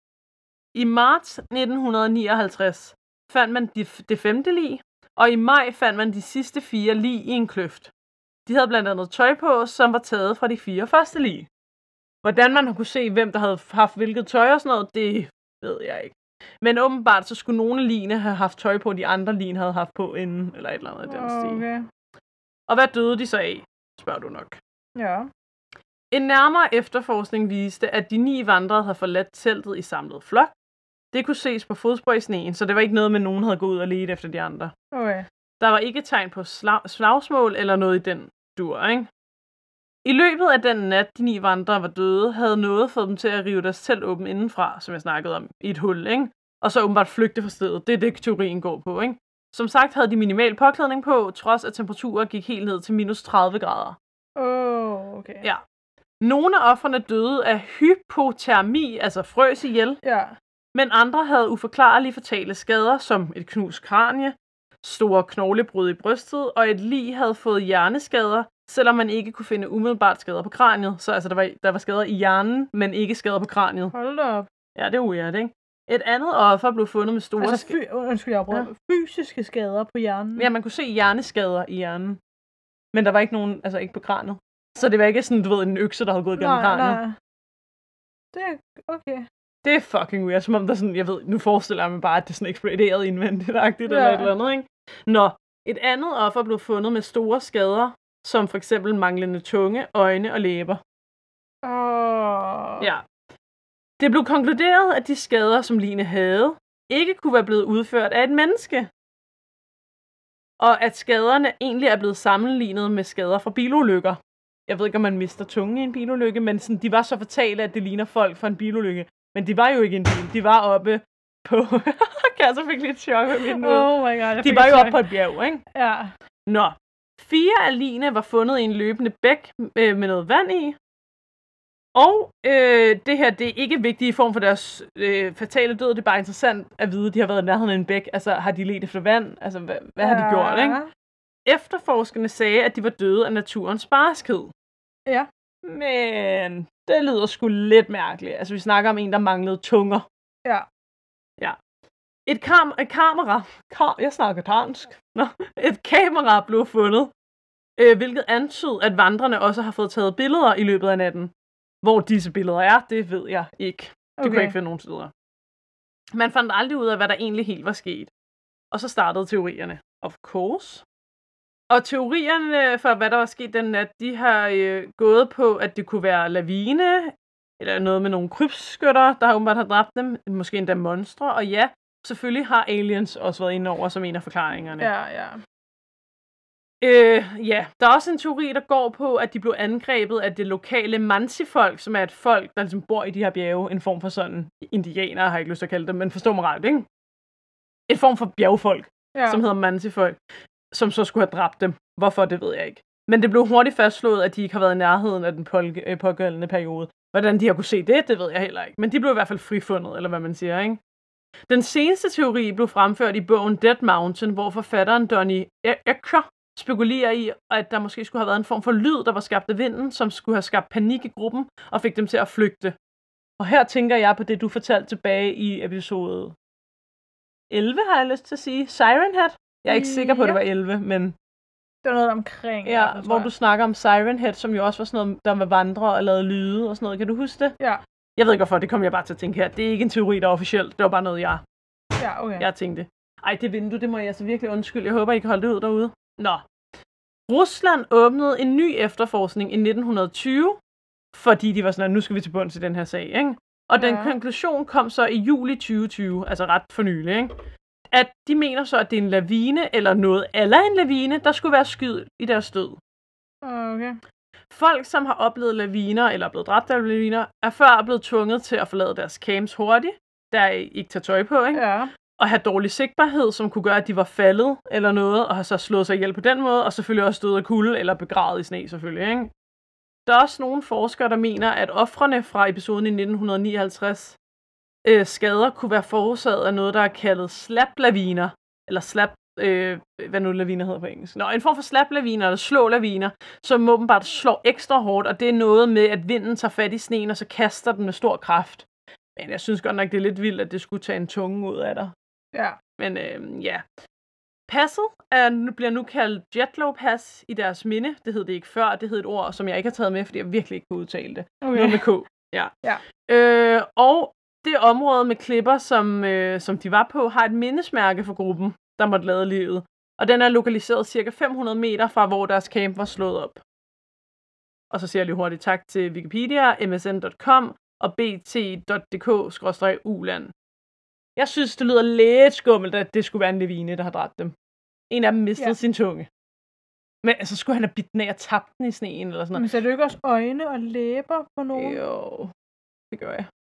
I marts nitten nioghalvtreds fandt man det de femte lig, og i maj fandt man de sidste fire lig i en kløft. De havde blandt andet tøj på, som var taget fra de fire første lig. Hvordan man har kunne se, hvem der havde haft hvilket tøj og sådan noget, det ved jeg ikke. Men åbenbart, så skulle nogle af ligene have haft tøj på, de andre lig havde haft på inden, eller et eller andet i den stil. Okay. Og hvad døde de så af, spørger du nok. Ja. En nærmere efterforskning viste, at de ni vandrere havde forladt teltet i samlet flok. Det kunne ses på fodspor i sneen, så det var ikke noget med, at nogen havde gået ud og ledt efter de andre. Okay. Der var ikke tegn på slag- slagsmål eller noget i den dur, ikke? I løbet af den nat, de ni vandrere var døde, havde noget fået dem til at rive deres telt åben indenfra, som jeg snakkede om, i et hul, ikke? Og så åbenbart flygte fra stedet. Det er det, teorien går på, ikke? Som sagt havde de minimal påklædning på, trods at temperaturer gik helt ned til minus tredive grader. Åh, oh, okay. Ja. Nogle af ofrene døde af hypotermi, altså frøs ihjel, Ja. men andre havde uforklarlige fatale skader, som et knust kranie, store knoglebrud i brystet, og et lig havde fået hjerneskader, selvom man ikke kunne finde umiddelbart skader på kraniet. Så altså, der var, der var skader i hjernen, men ikke skader på kraniet. Hold da op. Ja, det er weird, ikke? Et andet offer blev fundet med store Altså, fy- undskyld, jeg afbryder. Ja. Fysiske skader på hjernen. Ja, man kunne se hjerneskader i hjernen. Men der var ikke nogen, altså ikke på kraniet. Så det var ikke sådan, du ved, en økse, der havde gået gennem nej, kraniet. nej. Det er okay. Det er fucking weird, som om der sådan, jeg ved, nu forestiller jeg mig bare, at det sådan eksploderede indvendigt-agtigt Ja. eller et eller andet, ikke? Nå, et andet offer blev fundet med store skader, som for eksempel manglende tunge, øjne og læber. Åh. Ja. Det blev konkluderet, at de skader, som Line havde, ikke kunne være blevet udført af et menneske. Og at skaderne egentlig er blevet sammenlignet med skader fra bilulykker. Jeg ved ikke, om man mister tunge i en bilulykke, men sådan, de var så fatale, at det ligner folk fra en bilulykke. Men de var jo ikke en bil. De var oppe på... Kan jeg så fik lidt chok med min Oh my god. De var jo oppe på et bjerg, ikke? Ja. Nå. Fire af ligene var fundet i en løbende bæk øh, med noget vand i. Og øh, det her, det er ikke vigtigt i form for deres øh, fatale død. Det er bare interessant at vide, at de har været i nærheden af en bæk. Altså, har de ledt efter vand? Altså, hvad, hvad har de gjort, ikke? Efterforskerne sagde, at de var døde af naturens barskhed. Ja. Men det lyder sgu lidt mærkeligt. Altså, vi snakker om en, der manglede tunger. Ja. Ja. Et, kam- et kamera, kam- jeg snakker dansk, Nå. et kamera blev fundet, øh, hvilket antydede, at vandrerne også har fået taget billeder i løbet af natten. Hvor disse billeder er, det ved jeg ikke. Det Okay. kunne jeg ikke finde nogen steder. Man fandt aldrig ud af, hvad der egentlig helt var sket. Og så startede teorierne. Of course. Og teorierne for, hvad der var sket den nat, de har øh, gået på, at det kunne være lavine, eller noget med nogle krybskytter, der har åbenbart har dræbt dem, måske endda monstre, og ja, selvfølgelig har aliens også været inde over som en af forklaringerne. Ja, ja. Øh, ja, der er også en teori, der går på, at de blev angrebet af det lokale Mansi-folk, som er et folk, der ligesom bor i de her bjerge, en form for sådan indianere, har jeg ikke lyst til at kalde dem, men forstå mig ret, ikke? En form for bjergfolk, ja. som hedder Mansi-folk, som så skulle have dræbt dem. Hvorfor, det ved jeg ikke. Men det blev hurtigt fastslået, at de ikke har været i nærheden af den pol- pågældende periode. Hvordan de har kunne se det, det ved jeg heller ikke. Men de blev i hvert fald frifundet, eller hvad man siger, ikke? Den seneste teori blev fremført i bogen Dead Mountain, hvor forfatteren Donnie Ecker spekulerer i, at der måske skulle have været en form for lyd, der var skabt af vinden, som skulle have skabt panik i gruppen, og fik dem til at flygte. Og her tænker jeg på det, du fortalte tilbage i episode elleve, har jeg lyst til at sige. Siren Head? Jeg er ikke sikker på, at det var elleve, men... Det var noget omkring. Ja, hvert, hvor du snakker om Siren Head, som jo også var sådan noget, der var vandre og lavede lyde og sådan noget. Kan du huske det? Ja. Jeg ved ikke hvorfor, det kom jeg bare til at tænke her. Det er ikke en teori, der er officielt. Det var bare noget, jeg, ja, okay. jeg tænkte. Ej, det vindue, det må jeg altså virkelig undskylde. Jeg håber, I kan holde det ud derude. Nå. Rusland åbnede en ny efterforskning i nitten tyve, fordi de var sådan, at nu skal vi til bunds i den her sag, ikke? Og den Ja. konklusion kom så i juli tyve tyve, altså ret for nylig, ikke? At de mener så, at det er en lavine, eller noget eller en lavine, der skulle være skyld i deres død. Okay. Folk, som har oplevet laviner, eller er blevet dræbt af laviner, er før blevet tvunget til at forlade deres camps hurtigt, der ikke tager tøj på, ikke? Ja. Og have dårlig sigtbarhed, som kunne gøre, at de var faldet eller noget, og har så slået sig ihjel på den måde, og selvfølgelig også døde af kulde, eller begravet i sne selvfølgelig, ikke? Der er også nogle forskere, der mener, at ofrene fra episoden i nitten nioghalvtreds øh, skader kunne være forårsaget af noget, der er kaldet slap-laviner, eller slap, øh, hvad nu laviner hedder på engelsk. Nå, en form for slap-laviner, eller slå-laviner, som åbenbart slår ekstra hårdt, og det er noget med, at vinden tager fat i sneen, og så kaster den med stor kraft. Men jeg synes godt nok, det er lidt vildt, at det skulle tage en tunge ud af dig. Ja. Men øh, ja. Passet er, nu, bliver nu kaldt Jetlow Pass i deres minde. Det hed det ikke før. Det hed et ord, som jeg ikke har taget med, fordi jeg virkelig ikke kunne udtale det. Okay. Noget med K. Ja. Ja. Øh, og det område med klipper, som, øh, som de var på, har et mindesmærke for gruppen, der måtte lade livet. Og den er lokaliseret cirka fem hundrede meter fra, hvor deres camp var slået op. Og så siger jeg lige hurtigt tak til Wikipedia, m s n punktum com og b t punktum d k skråstreg u land. Jeg synes, det lyder lidt skummelt, at det skulle være en levine, der har dræbt dem. En af dem mistede ja. sin tunge. Men altså, skulle han have bidt den af og tabt den i sneen eller sådan noget? Men så er det jo ikke også øjne og læber på nogen? Jo, det gør jeg.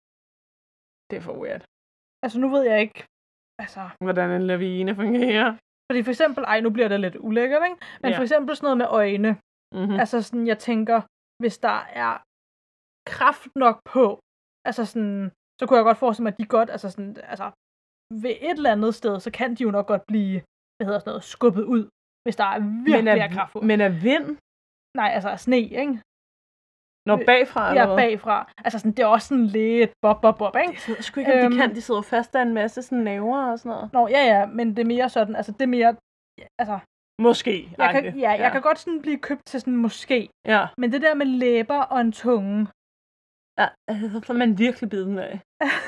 Det er for weird. Altså, nu ved jeg ikke, altså... hvordan en lavine fungerer. Fordi for eksempel, ej, nu bliver det lidt ulækkert, ikke? Men ja. for eksempel sådan noget med øjne. Mm-hmm. Altså sådan, jeg tænker, hvis der er kraft nok på, altså sådan, så kunne jeg godt forestille mig, at de godt, altså sådan, altså, ved et eller andet sted, så kan de jo nok godt blive, hvad hedder sådan noget, skubbet ud, hvis der er virkelig mere kraft på. Men er vind? Nej, altså sne, ikke? Når bagfra, eller Ja, hvad? bagfra. Altså sådan, det er også sådan lidt bob, bob, bob, ikke? Det ved sgu ikke, om de øhm, kan. De sidder fast af en masse sådan næver og sådan noget. Nå, ja, ja, men det er mere sådan, altså det er mere, altså... Måske. Jeg kan, ja, jeg ja. kan godt sådan blive købt til sådan måske. Ja. Men det der med læber og en tunge... Ja, så får man virkelig bide den af.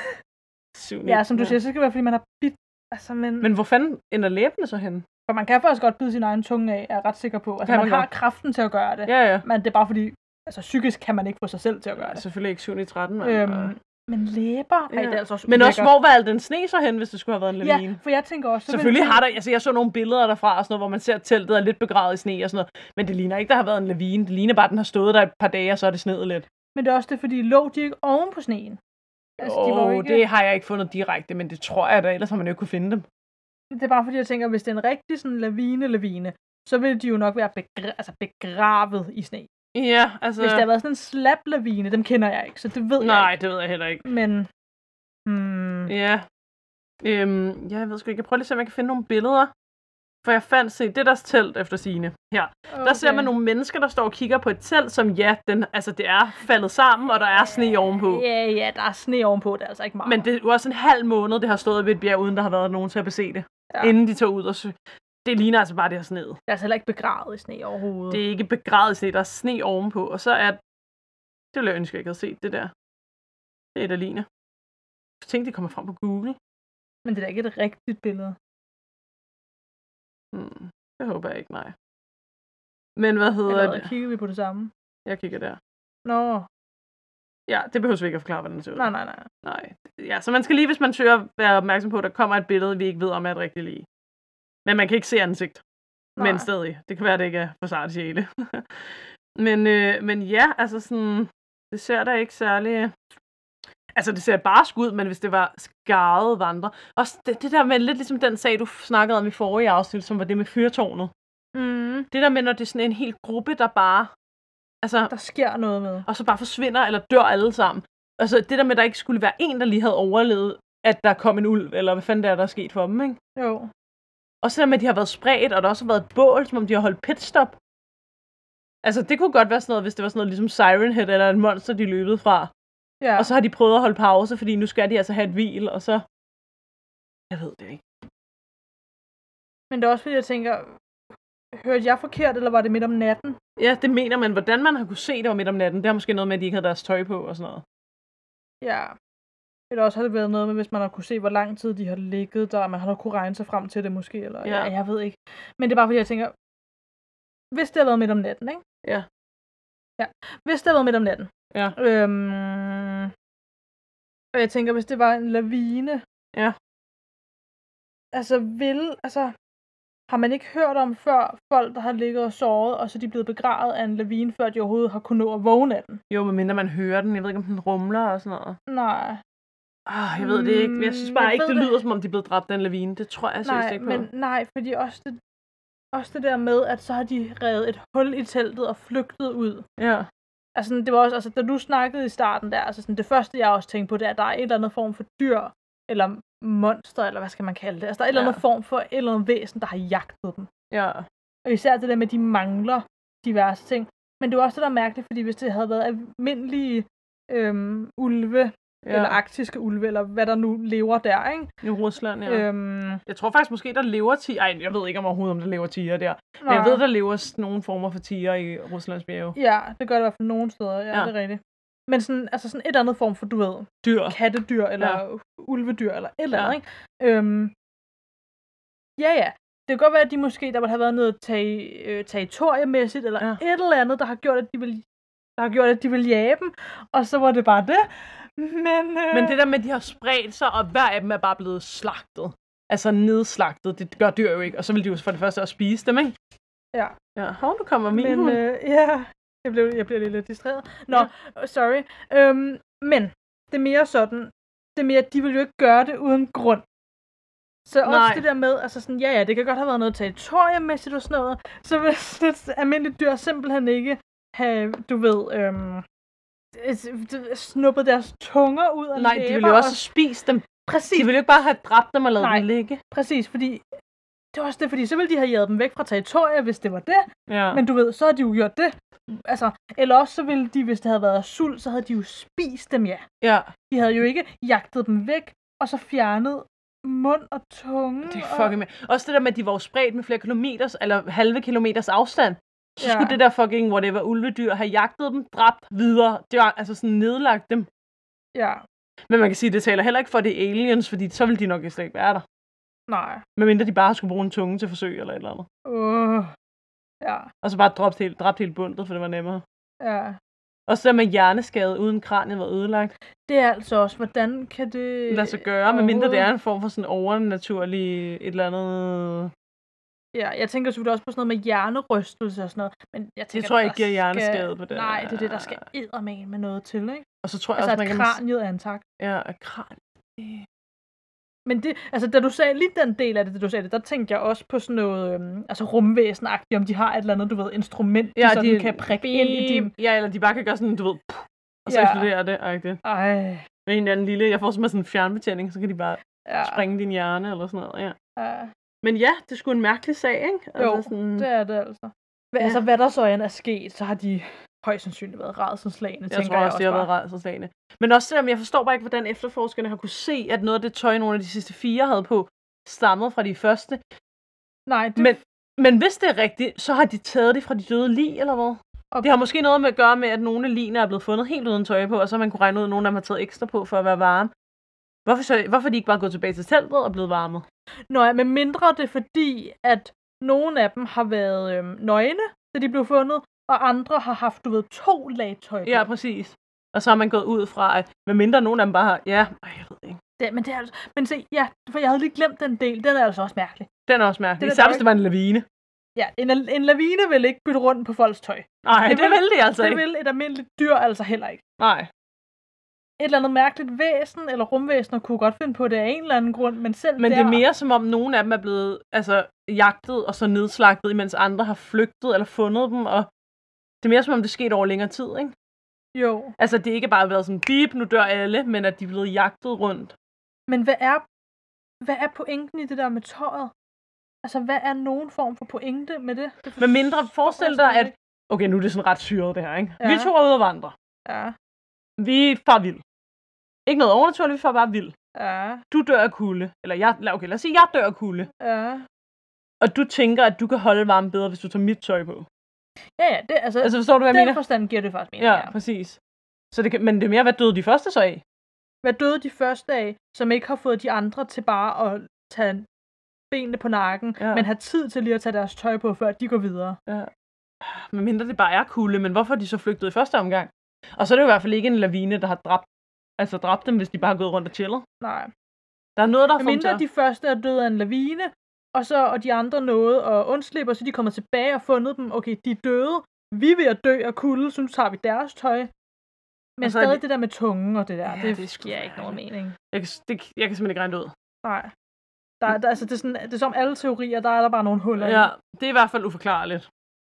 Ja, som du siger, så skal det være, fordi man har bidt. Altså, men... men hvor fanden ender læbene så hen? For man kan faktisk godt bide sin egen tunge af, er jeg ret sikker på. Altså, man, man har kraften til at gøre det. Ja, ja. Men det er bare fordi, altså psykisk kan man ikke få sig selv til at gøre det. Selvfølgelig ikke syv i tretten. Øhm, men læber? Ja. Ej, det er altså også men også, hvor var al den sne så hen, hvis det skulle have været en lavine? Ja, for jeg tænker også... Så selvfølgelig tænke... har der... Altså, jeg så nogle billeder derfra, og sådan noget, hvor man ser teltet er lidt begravet i sne og sådan noget. Men det ligner ikke, der har været en lavine. Det ligner bare, at den har stået der et par dage, og så er det sneet lidt. Men det er også det, fordi lå de ikke oven på sneen? Altså, oh, de var ikke... det har jeg ikke fundet direkte, men det tror jeg da, ellers har man jo ikke kunne finde dem. Det er bare fordi, jeg tænker, hvis det er en rigtig sådan lavine-lavine, så vil de jo nok være begra- altså begravet i sne. Ja, altså... Hvis der har været sådan en slap-lavine, dem kender jeg ikke, så det ved Nej, jeg ikke. det ved jeg heller ikke. Men... Hmm. Ja. Øhm, ja, jeg ved sgu ikke. Jeg prøver lige at se, om jeg kan finde nogle billeder. For jeg fandt, se, det er deres telt efter sigende. Her. Okay. Der ser man nogle mennesker, der står og kigger på et telt, som ja, den, altså det er faldet sammen, og der er sne ovenpå. Ja, ja, der er sne ovenpå, det er altså ikke meget. Men det er jo også en halv måned, det har stået ved et bjerg, uden der har været nogen til at bese det. Ja. Inden de tog ud og sø. Det ligner altså bare det her sne. Det er altså heller ikke begravet i sne overhovedet. Det er ikke begravet i sne, der er sne ovenpå. Og så er, det ville jeg ønske, jeg ikke havde set det der. Det er der ligner. Jeg tænkte, det kommer frem på Google. Men det er da ikke et rigtigt billede. Hmm, det håber jeg ikke, nej. Men hvad hedder Eller, det? Kigger vi på det samme? Jeg kigger der. Nå. Ja, det behøver vi ikke at forklare, hvordan det ser ud. Nej, nej, nej. Nej. Ja, så man skal lige, hvis man søger, være opmærksom på, at der kommer et billede, vi ikke ved om er et rigtigt lige. Men man kan ikke se ansigt. Nej. Men stadig. Det kan være, det ikke er for sart sjæle. men, øh, men ja, altså sådan, det ser da ikke særlig... Altså, det ser bare skud, men hvis det var skarrede vandre. Også det, det der med lidt ligesom den sag, du snakkede om i forrige afsnit, som var det med fyrtårnet. Mm. Det der med, når det er sådan en hel gruppe, der bare... Altså, der sker noget med. Og så bare forsvinder eller dør alle sammen. Altså, det der med, at der ikke skulle være en, der lige havde overlevet, at der kom en ulv, eller hvad fanden det er, der er sket for dem, ikke? Jo. Og så der med, at de har været spredt, og der også har været et bål, som om de har holdt pitstop. Altså, det kunne godt være sådan noget, hvis det var sådan noget ligesom Siren Head, eller en monster, de løbede fra. Ja. Og så har de prøvet at holde pause, fordi nu skal de altså have et hvil, og så... Jeg ved det ikke. Men det er også fordi, jeg tænker... Hørte jeg forkert, eller var det midt om natten? Ja, det mener man. Hvordan man har kunne se, det var midt om natten, det har måske noget med, at de ikke havde deres tøj på og sådan noget. Ja. Eller også har det været noget med, hvis man har kunne se, hvor lang tid de har ligget der, og man har kunne regne sig frem til det måske, eller... Ja. Ja, jeg ved ikke. Men det er bare fordi, jeg tænker... Hvis det har været midt om natten, ikke? Ja. Ja. Hvis det har været midt om natten. Ja. Øhm... Og jeg tænker, hvis det var en lavine... Ja. Altså, vil... Altså... Har man ikke hørt om før folk, der har ligget og sovet, og så er de blevet begravet af en lavine, før de overhovedet har kunnet nå at vågne af den? Jo, medmindre man hører den. Jeg ved ikke, om den rumler og sådan noget. Nej. Ah, jeg ved det ikke. Jeg synes bare jeg ikke, det, det lyder, som om de er blevet dræbt af en lavine. Det tror jeg seriøst ikke på. Men, nej, fordi også det, også det der med, at så har de revet et hul i teltet og flygtet ud. Ja. Altså, det var også, altså, da du snakkede i starten der, altså sådan, det første, jeg også tænkte på, det er, at der er en eller anden form for dyr, eller monster, eller hvad skal man kalde det. Altså, der er en ja. eller anden form for et eller andet væsen, der har jagtet dem. Ja. Og især det der med, at de mangler diverse ting. Men det er også det, der er mærkeligt, fordi hvis det havde været almindelige øhm, ulve, ja. eller arktiske ulve, eller hvad der nu lever der, ikke? I Rusland, ja. Øhm, jeg tror faktisk måske, der lever tiger. Ej, jeg ved ikke om overhovedet, om der lever tiger der. Men nej. Jeg ved, der lever nogle former for tiger i Ruslands bjerge. Ja, det gør det i hvert fald nogle steder. Ja, ja. Det er rigtigt. Men sådan, altså sådan et andet form for, du ved, dyr. Kattedyr, eller ja. ulvedyr, eller et eller andet, ja. ikke? Øhm, ja, ja. Det kan godt være, at de måske, der ville have været noget ter- øh, territoriemæssigt, eller ja. et eller andet, der har gjort, at de ville der har gjort, at de vil jage dem, og så var det bare det. Men, øh... Men det der med, at de har spredt sig, og hver af dem er bare blevet slagtet. Altså nedslagtet, det gør dyr jo ikke. Og så vil de jo for det første også spise dem, ikke? Ja. Ja, hov, nu kommer min Men, hund. øh, ja, jeg, blev, jeg bliver lidt distraheret. Nå, ja. sorry. Øhm, men, det er mere sådan, det er mere, at de vil jo ikke gøre det uden grund. Så også Nej. det der med, altså sådan, ja ja, det kan godt have været noget territoriemæssigt og sådan noget, så vil sådan et almindeligt dyr simpelthen ikke have, du ved, øhm, snuppet deres tunger ud af Nej, læber. de ville jo også og... spise dem. Præcis. De ville jo ikke bare have dræbt dem og lavet Nej. dem ligge. Præcis, fordi det var også det, fordi så ville de have jaget dem væk fra territoriet, hvis det var det. Ja. Men du ved, så har de jo gjort det. Altså, eller også så ville de, hvis det havde været sult, så havde de jo spist dem, ja. Ja. De havde jo ikke jagtet dem væk, og så fjernet mund og tunge. Det er fucking med. Også det der med, at de var jo spredt med flere kilometers, eller halve kilometers afstand. Så ja. skulle det der fucking whatever ulvedyr have jagtet dem, dræbt videre. Det var altså sådan nedlagt dem. Ja. Men man kan sige, at det taler heller ikke for det aliens, fordi så ville de nok slet ikke være der. Nej. Medmindre de bare skulle bruge en tunge til forsøg eller et eller andet. Uh, ja. Og så bare dræbt helt, dræbt helt bundet, for det var nemmere. Ja. Og så der med hjerneskade, uden kraniet var ødelagt. Det er altså også, hvordan kan det... Lad sig gøre, medmindre det er en form for sådan overnaturlig et eller andet... Ja, jeg tænker selvfølgelig også på sådan noget med hjernerystelse og sådan noget. Men jeg tænker, det tror jeg ikke giver hjerneskade skal... på det. Nej, det er det, der skal eddermane med noget til, ikke? Og så tror jeg altså, også, man at kan... kraniet er intakt. Ja, at kraniet... Men det, altså da du sagde lige den del af det, da du sagde det, der tænkte jeg også på sådan noget, øhm, altså rumvæsenagtigt, om de har et eller andet, du ved, instrument, de ja, sådan de, kan prikke ind i din... Ja, eller de bare kan gøre sådan, du ved, puh, og så ja. eksploderer det, agtigt. Ej. Med en anden lille, jeg får simpelthen sådan en fjernbetjening, så kan de bare ja. springe din hjerne, eller sådan noget, ja. ja. Men ja, det er sgu en mærkelig sag, ikke? Jo, altså, sådan... det er det altså. Hva, ja. Altså, hvad der så end er sket, så har de højst sandsynligt været rædselslagende, jeg tror også, de har været rædselslagende. Men også selvom jeg forstår bare ikke, hvordan efterforskerne har kunne se, at noget af det tøj, nogle af de sidste fire havde på, stammede fra de første. Nej, det... Men, men hvis det er rigtigt, så har de taget det fra de døde lig, eller hvad? Og det har måske noget med at gøre med, at nogle af ligene er blevet fundet helt uden tøj på, og så man kunne regne ud, at nogle af dem har taget ekstra på for at være varme. Hvorfor, så, hvorfor er de ikke bare gået tilbage til teltet og blevet varmet? Nå ja, men mindre det er fordi, at nogle af dem har været øhm, nøgne, da de blev fundet, og andre har haft, du ved, to lag tøj på. Ja, præcis. Og så har man gået ud fra, at med mindre nogen af dem bare har, ja, jeg ved ikke. Det, men det er altså, men se, ja, for jeg havde lige glemt den del, den er altså også mærkelig. Den er også mærkelig, især hvis det var en lavine. Ja, en, en lavine vil ikke bytte rundt på folks tøj. Nej, det, det vil de altså det ikke. Det vil et almindeligt dyr altså heller ikke. Nej. Et eller andet mærkeligt væsen, eller rumvæsener, kunne godt finde på det af en eller anden grund, men selv Men der... det er mere som om, nogle af dem er blevet altså, jagtet og så nedslagtet, imens andre har flygtet eller fundet dem, og det er mere som om, det er sket over længere tid, ikke? Jo. Altså, det er ikke bare været sådan, bip, nu dør alle, men at de er blevet jagtet rundt. Men hvad er, hvad er pointen i det der med tøjet? Altså, hvad er nogen form for pointe med det? det med mindre, forestil dig, at... Okay, nu er det sådan ret syret, det her, ikke? Ja. Vi to er ude at vandre. Ja. Vi far vild. Ikke noget overnaturligt, vi far bare vild. Ja. Du dør af kulde. Eller jeg... Okay, lad os sige, jeg dør af kulde. Ja. Og du tænker, at du kan holde varmen bedre, hvis du tager mit tøj på. Ja, ja, det, altså, altså forstår du, hvad jeg den mener? forstand giver det faktisk mening. Ja, ja, præcis. Så det kan, men det er mere, hvad døde de første så af? Hvad døde de første af, som ikke har fået de andre til bare at tage benene på nakken, ja. Men have tid til lige at tage deres tøj på, før de går videre. Ja. Men mindre det bare er kulde, men hvorfor er de så flygtet i første omgang? Og så er det jo i hvert fald ikke en lavine, der har dræbt, altså dræbt dem, hvis de bare har gået rundt og chillet. Nej. Der er noget, der har mindre de første er døde af en lavine, og så og de andre nåede at undslippe, så de kommer tilbage og fundet dem. Okay, de er døde. Vi er ved at dø af kulde, så nu tager vi deres tøj. Men stadig det... det der med tungen og det der, ja, det, det giver ikke nogen mening. Jeg kan, det, jeg kan simpelthen ikke regne det ud. Nej. Der, der, altså, det, er sådan, det er som alle teorier, der er der bare nogle huller ja, i. Det er i hvert fald uforklarligt.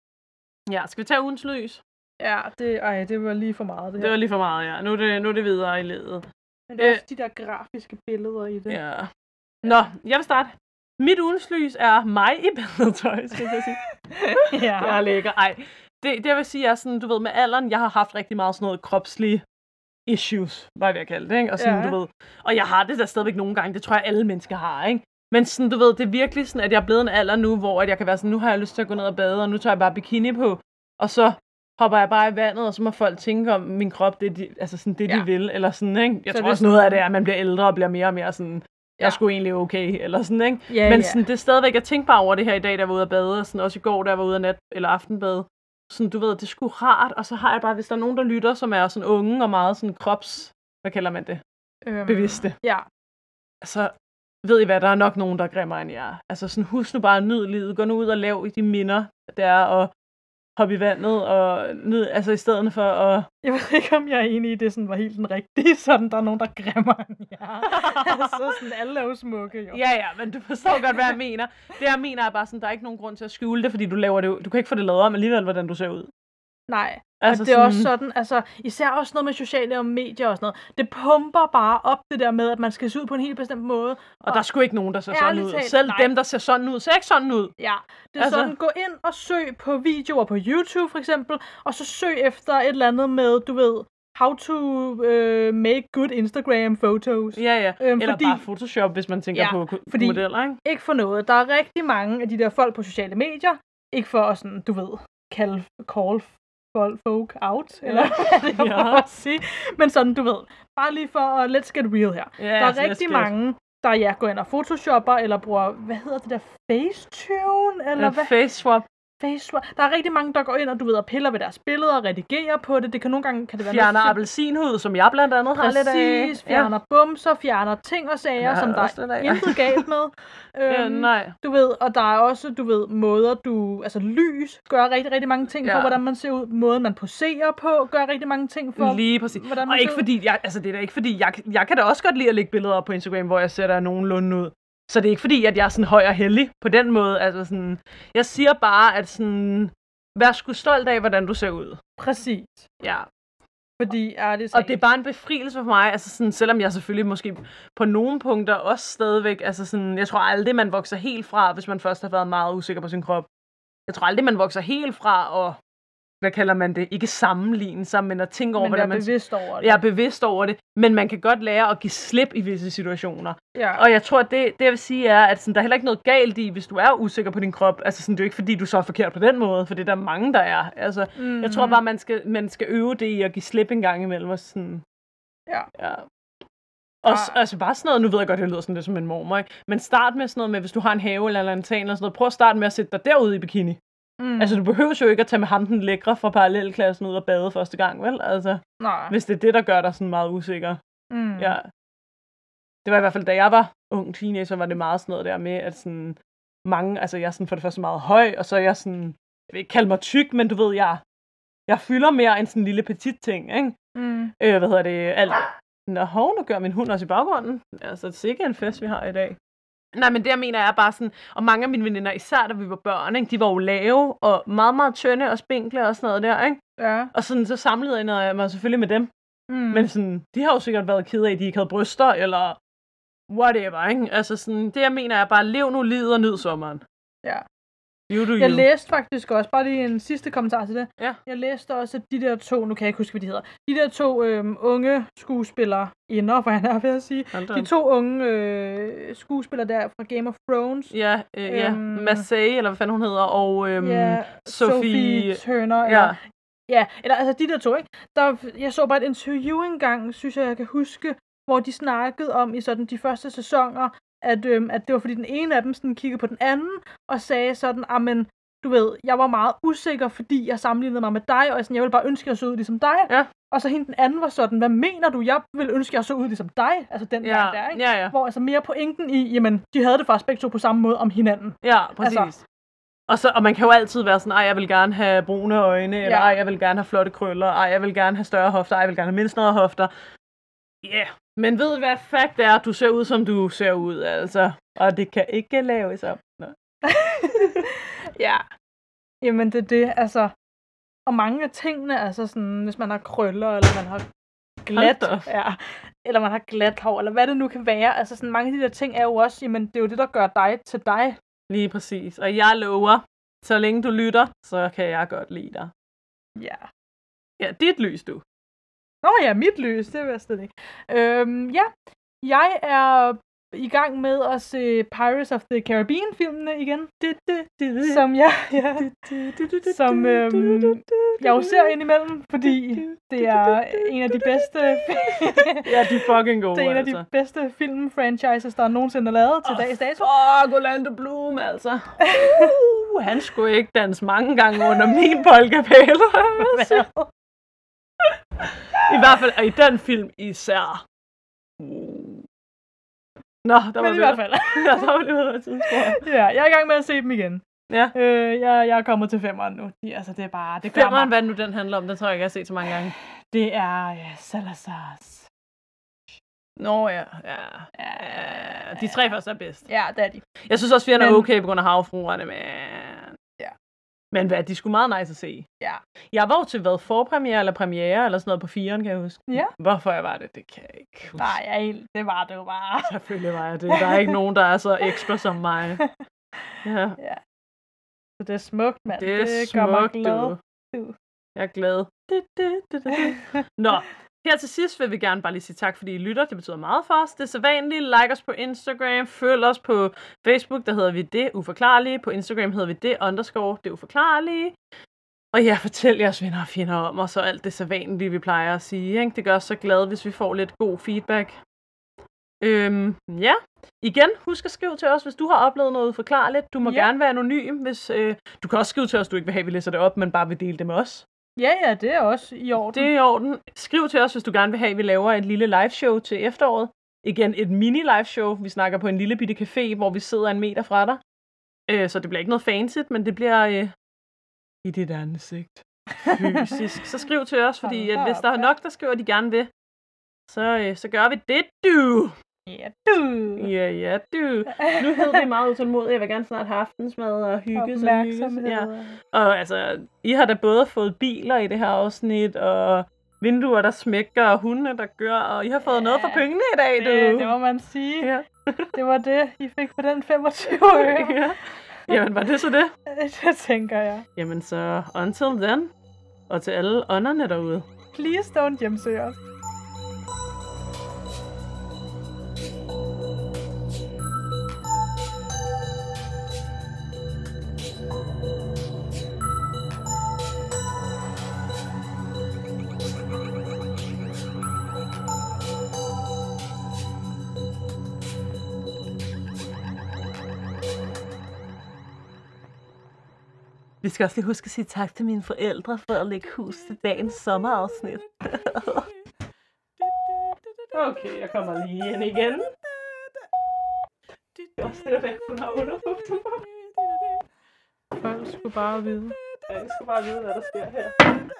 Ja, skal vi tage ugens lys? Ja, det, ej, det var lige for meget. Det, her. det var lige for meget, ja. Nu er det, nu er det videre i ledet. Men det er øh, også de der grafiske billeder i det. Ja. Nå, jeg vil starte. Mit ugens lys er mig i badetøj, skal jeg sige. ja. Jeg er lækker. Ej, det, det vil sige, er sådan, du ved, med alderen, jeg har haft rigtig meget sådan noget kropslige issues, hvad jeg vil kalde det, ikke? Og sådan, ja. du ved, og jeg har det der stadigvæk nogle gange, det tror jeg alle mennesker har, ikke? Men sådan, du ved, det er virkelig sådan, at jeg er blevet en alder nu, hvor at jeg kan være sådan, nu har jeg lyst til at gå ned og bade, og nu tager jeg bare bikini på, og så hopper jeg bare i vandet, og så må folk tænke om min krop, det er de, altså sådan det, ja. de vil, eller sådan, ikke? Jeg så tror også noget af det er, at man bliver ældre og bliver mere og mere sådan, jeg ja. skulle egentlig okay, eller sådan, ikke? Ja, men ja. sådan, det er stadigvæk, jeg tænker bare over det her i dag, der var ude at bade, og sådan også i går, der var ude af nat- eller aftenbade, sådan, du ved, det er sgu rart, og så har jeg bare, hvis der er nogen, der lytter, som er sådan unge og meget sådan krops, hvad kalder man det? Øhm, Bevidste. Ja. Altså, ved I hvad, der er nok nogen, der er grimmere end jer. Altså sådan, husk nu bare at nyde livet, gå nu ud og lav i de minder, der er at hoppe i vandet, og nyd, altså i stedet for at... Jeg ved ikke, om jeg er enig i, det sådan var helt den rigtige, sådan der er nogen, der græmmer end jer. Altså sådan, alle er jo smukke, jo. Ja, ja, men du forstår godt, hvad jeg mener. Det jeg mener er bare sådan, der er ikke nogen grund til at skjule det, fordi du laver det, du kan ikke få det lavet om alligevel, hvordan du ser ud. Nej, altså og det er sådan... også sådan, altså især også noget med sociale medier og sådan noget. Det pumper bare op det der med, at man skal se ud på en helt bestemt måde. Og, og der er sgu ikke nogen, der ser sådan ud. Talt, Selv nej. dem, der ser sådan ud, ser ikke sådan ud. Ja, det er altså... sådan, gå ind og søg på videoer på YouTube for eksempel, og så søg efter et eller andet med, du ved, how to uh, make good Instagram photos. Ja, ja. Øhm, Eller fordi... bare Photoshop, hvis man tænker ja, på fordi... modeller, ikke? Ikke for noget. Der er rigtig mange af de der folk på sociale medier, ikke for at sådan, du ved, kalde, call folk out, eller hvad det er for at sige. Men sådan, du ved, bare lige for at let's get real her. Ja, der er altså, rigtig mange, der ja, går ind og photoshopper, eller bruger, hvad hedder det der, Facetune? Eller ja, hvad? Faceswap. Faceswap. Der er rigtig mange, der går ind og, du ved, og piller ved deres billeder, og redigerer på det. Det kan nogle gange, kan det være fjerner noget appelsinhud, som jeg blandt andet har lidt af. Præcis, fjerner ja. bumser, fjerner ting og sager, ja, som der er der, ja. intet galt med. ja, øhm, nej. Du ved, og der er også, du ved, måder du, altså lys gør rigtig, rigtig mange ting ja. for, hvordan man ser ud. Måden man poserer på, gør rigtig mange ting for, lige præcis. hvordan man og ikke fordi, jeg, altså det er da ikke fordi, jeg, jeg kan da også godt lide at lægge billeder op på Instagram, hvor jeg ser der nogenlunde ud. Så det er ikke fordi, at jeg er sådan høj og heldig på den måde. Altså sådan, jeg siger bare, at sådan, vær sgu stolt af, hvordan du ser ud. Præcis. Ja. Fordi er det og det er bare en befrielse for mig, altså sådan, selvom jeg selvfølgelig måske på nogle punkter også stadigvæk, altså sådan, jeg tror aldrig, man vokser helt fra, hvis man først har været meget usikker på sin krop. Jeg tror aldrig, man vokser helt fra og hvad kalder man det, ikke sammenligne sig, men at tænke over, men hvordan man... Men bevidst over det. Jeg er bevidst over det, men man kan godt lære at give slip i visse situationer. Ja. Og jeg tror, det, det jeg vil sige er, at sådan, der er heller ikke noget galt i, hvis du er usikker på din krop. Altså sådan, det er jo ikke fordi, du så er forkert på den måde, for det er der mange, der er. Altså, mm. Jeg tror bare, man skal, man skal øve det i at give slip en gang imellem. Og sådan, ja. ja. Og ah. altså bare sådan noget, nu ved jeg godt, det lyder sådan lidt som en mormor, ikke? Men start med sådan noget med, hvis du har en have eller en altan eller sådan noget, prøv at starte med at sætte dig derude i bikini. Mm. Altså, du behøver jo ikke at tage med ham den lækre fra parallelklassen ud og bade første gang, vel? Altså, nej. Hvis det er det, der gør dig sådan meget usikker. Mm. Ja. Det var i hvert fald, da jeg var ung teenager, var det meget sådan noget der med, at sådan mange, altså jeg er sådan for det første meget høj, og så er jeg sådan, jeg vil ikke kalde mig tyk, men du ved, jeg, jeg fylder mere end sådan en lille petit ting, ikke? Mm. Øh, hvad hedder det? Alt. Nå, hov, nu gør min hund også i baggrunden. Altså, det er sikkert en fest, vi har i dag. Nej, men det jeg mener er bare sådan, og mange af mine veninder, især da vi var børn, ikke, de var jo lave og meget, meget tynde og spinkle og sådan noget der, ikke? Ja. Og sådan, så samlede jeg mig selvfølgelig med dem. Mm. Men sådan, de har jo sikkert været kede af, at de ikke havde bryster, eller whatever, ikke? Altså sådan, det jeg mener er bare, lev nu livet og nyd sommeren. Ja. You do you. Jeg læste faktisk også, bare lige en sidste kommentar til det. Ja. Jeg læste også, at de der to, nu kan jeg ikke huske, hvad de hedder, de der to øhm, unge skuespillere, inder, hvad han er ved at sige, Hold de to unge øh, skuespillere der fra Game of Thrones. Ja, øh, ja. Øhm, Marseille, eller hvad fanden hun hedder, og øhm, ja, Sophie... Sophie Turner. Ja. Eller, ja, eller altså de der to, ikke? Der, jeg så bare et interview engang, synes jeg, jeg kan huske, hvor de snakkede om i sådan de første sæsoner, at, øhm, at det var fordi den ene af dem sådan kiggede på den anden, og sagde sådan, amen, du ved, jeg var meget usikker, fordi jeg sammenlignede mig med dig, og jeg, sådan, jeg ville bare ønske, at jeg så ud ligesom dig. Ja. Og så hende den anden var sådan, hvad mener du, jeg ville ønske, at jeg så ud ligesom dig? Altså den ja. der, der, ikke? Ja, ja. Hvor altså mere pointen i, jamen, de havde det faktisk begge to på samme måde om hinanden. Ja, præcis. Altså, og, så, og man kan jo altid være sådan, ej, jeg vil gerne have brune øjne, eller ja. ej, jeg vil gerne have flotte krøller, ej, jeg vil gerne have større hofter, ej, jeg vil gerne have mindre hofter. Ja, yeah. Men ved hvad fakt er, du ser ud, som du ser ud, altså. Og det kan ikke laves op. Ja. Jamen, det er det, altså. Og mange af tingene, altså sådan, hvis man har krøller, eller man har glat, ja, eller man har glat hår, eller hvad det nu kan være. Altså sådan, mange af de der ting er jo også, jamen, det er jo det, der gør dig til dig. Lige præcis. Og jeg lover, så længe du lytter, så kan jeg godt lide dig. Ja. Ja, dit lys, du. Nå ja, mit lys, det vil jeg slet ikke. Øhm, ja, jeg er i gang med at se Pirates of the Caribbean-filmene igen. Som jeg, ja, som øhm, jeg jo ser indimellem, fordi det er en af de bedste ja, de er fucking gode, det er en af altså. de bedste film-franchises, der nogensinde er lavet til oh, dags dato. Fuck, Orlando Bloom, altså. Uh, han skulle ikke danse mange gange under min polkapæle. I hvert fald, og i den film især. Uh. Nå, der var Men i hvert fald. ja, der var det ud af tidspunkt. Ja, jeg er i gang med at se dem igen. Ja. Øh, jeg, jeg er kommet til femmeren nu. De, altså, det er bare... Det femmeren, hvad nu den handler om? Den tror jeg ikke, jeg har set så mange gange. Det er ja, Salazar's. Nå ja, ja. ja. De tre første er bedst. Ja, det er de. Jeg synes også, vi er okay på grund af havfruerne, men... Ja. Men hvad, de er sgu meget nice at se. Ja. Jeg var jo til hvad, forpremiere eller premiere eller sådan noget på firen, kan jeg huske. Ja. Hvorfor jeg var det, det kan jeg ikke huske. Nej, jeg, det var det jo bare. Selvfølgelig var jeg det. Der er ikke nogen, der er så ekstra som mig. Ja. Ja. Så det er smukt, mand. Det er det smukt, glad. du. Jeg er glad. Nå, her til sidst vil vi gerne bare lige sige tak, fordi I lytter. Det betyder meget for os. Det er så vanligt. Like os på Instagram. Følg os på Facebook. Der hedder vi Det Uforklarlige. På Instagram hedder vi Det Underscore Det Uforklarlige. Og ja, fortæl jeres venner og fjender om os, og alt det så vanlige, vi plejer at sige. Ikke? Det gør os så glade, hvis vi får lidt god feedback. Øhm, ja. Igen, husk at skrive til os, hvis du har oplevet noget uforklarligt. Du må ja. gerne være anonym, hvis... Øh, du kan også skrive til os, du ikke vil have, at vi læser det op, men bare vil dele det med os. Ja, ja, det er også i orden. Det er i orden. Skriv til os, hvis du gerne vil have, at vi laver et lille liveshow til efteråret. Igen, et mini-liveshow. Vi snakker på en lille bitte café, hvor vi sidder en meter fra dig. Øh, så det bliver ikke noget fancy, men det bliver øh, i dit ansigt. Fysisk. Så skriv til os, fordi at hvis der er nok, der skriver, de gerne vil, så, øh, så gør vi det, du! Ja, du! Ja, ja, du! Nu hedder vi meget utålmodige. Jeg vil gerne snart have aftensmad og hygge. Opmærksomhed. Ja. Og altså, I har da både fået biler i det her afsnit, og vinduer, der smækker, og hunde, der gør, og I har fået ja, noget for pengene i dag, du! Det, det må man sige. Ja. Det var det, I fik for den femogtyve øre. Ja. Jamen, var det så det? Det tænker jeg. Jamen så, until then, og til alle ånderne derude. Please don't hjemsøge os. Vi skal også lige huske at sige tak til mine forældre for at lægge hus til dagens sommerafsnit. Okay, jeg kommer lige ind igen. Jeg er stille væk, hun har underbukser på. Folk skulle bare vide. Ja, jeg skal bare vide, hvad der sker her.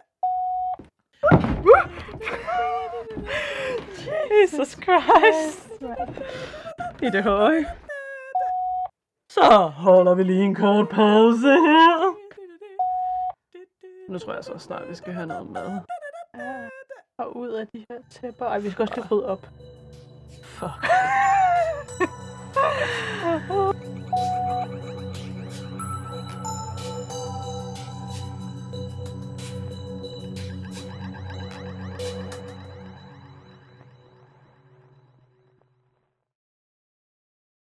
Jesus Christ. I det høje. Så holder vi lige en kort pause her. Nu tror jeg så snart, vi skal have noget mad. Ja, og ud af de her tæpper. Ej, vi skal også lige rydde op. Fuck.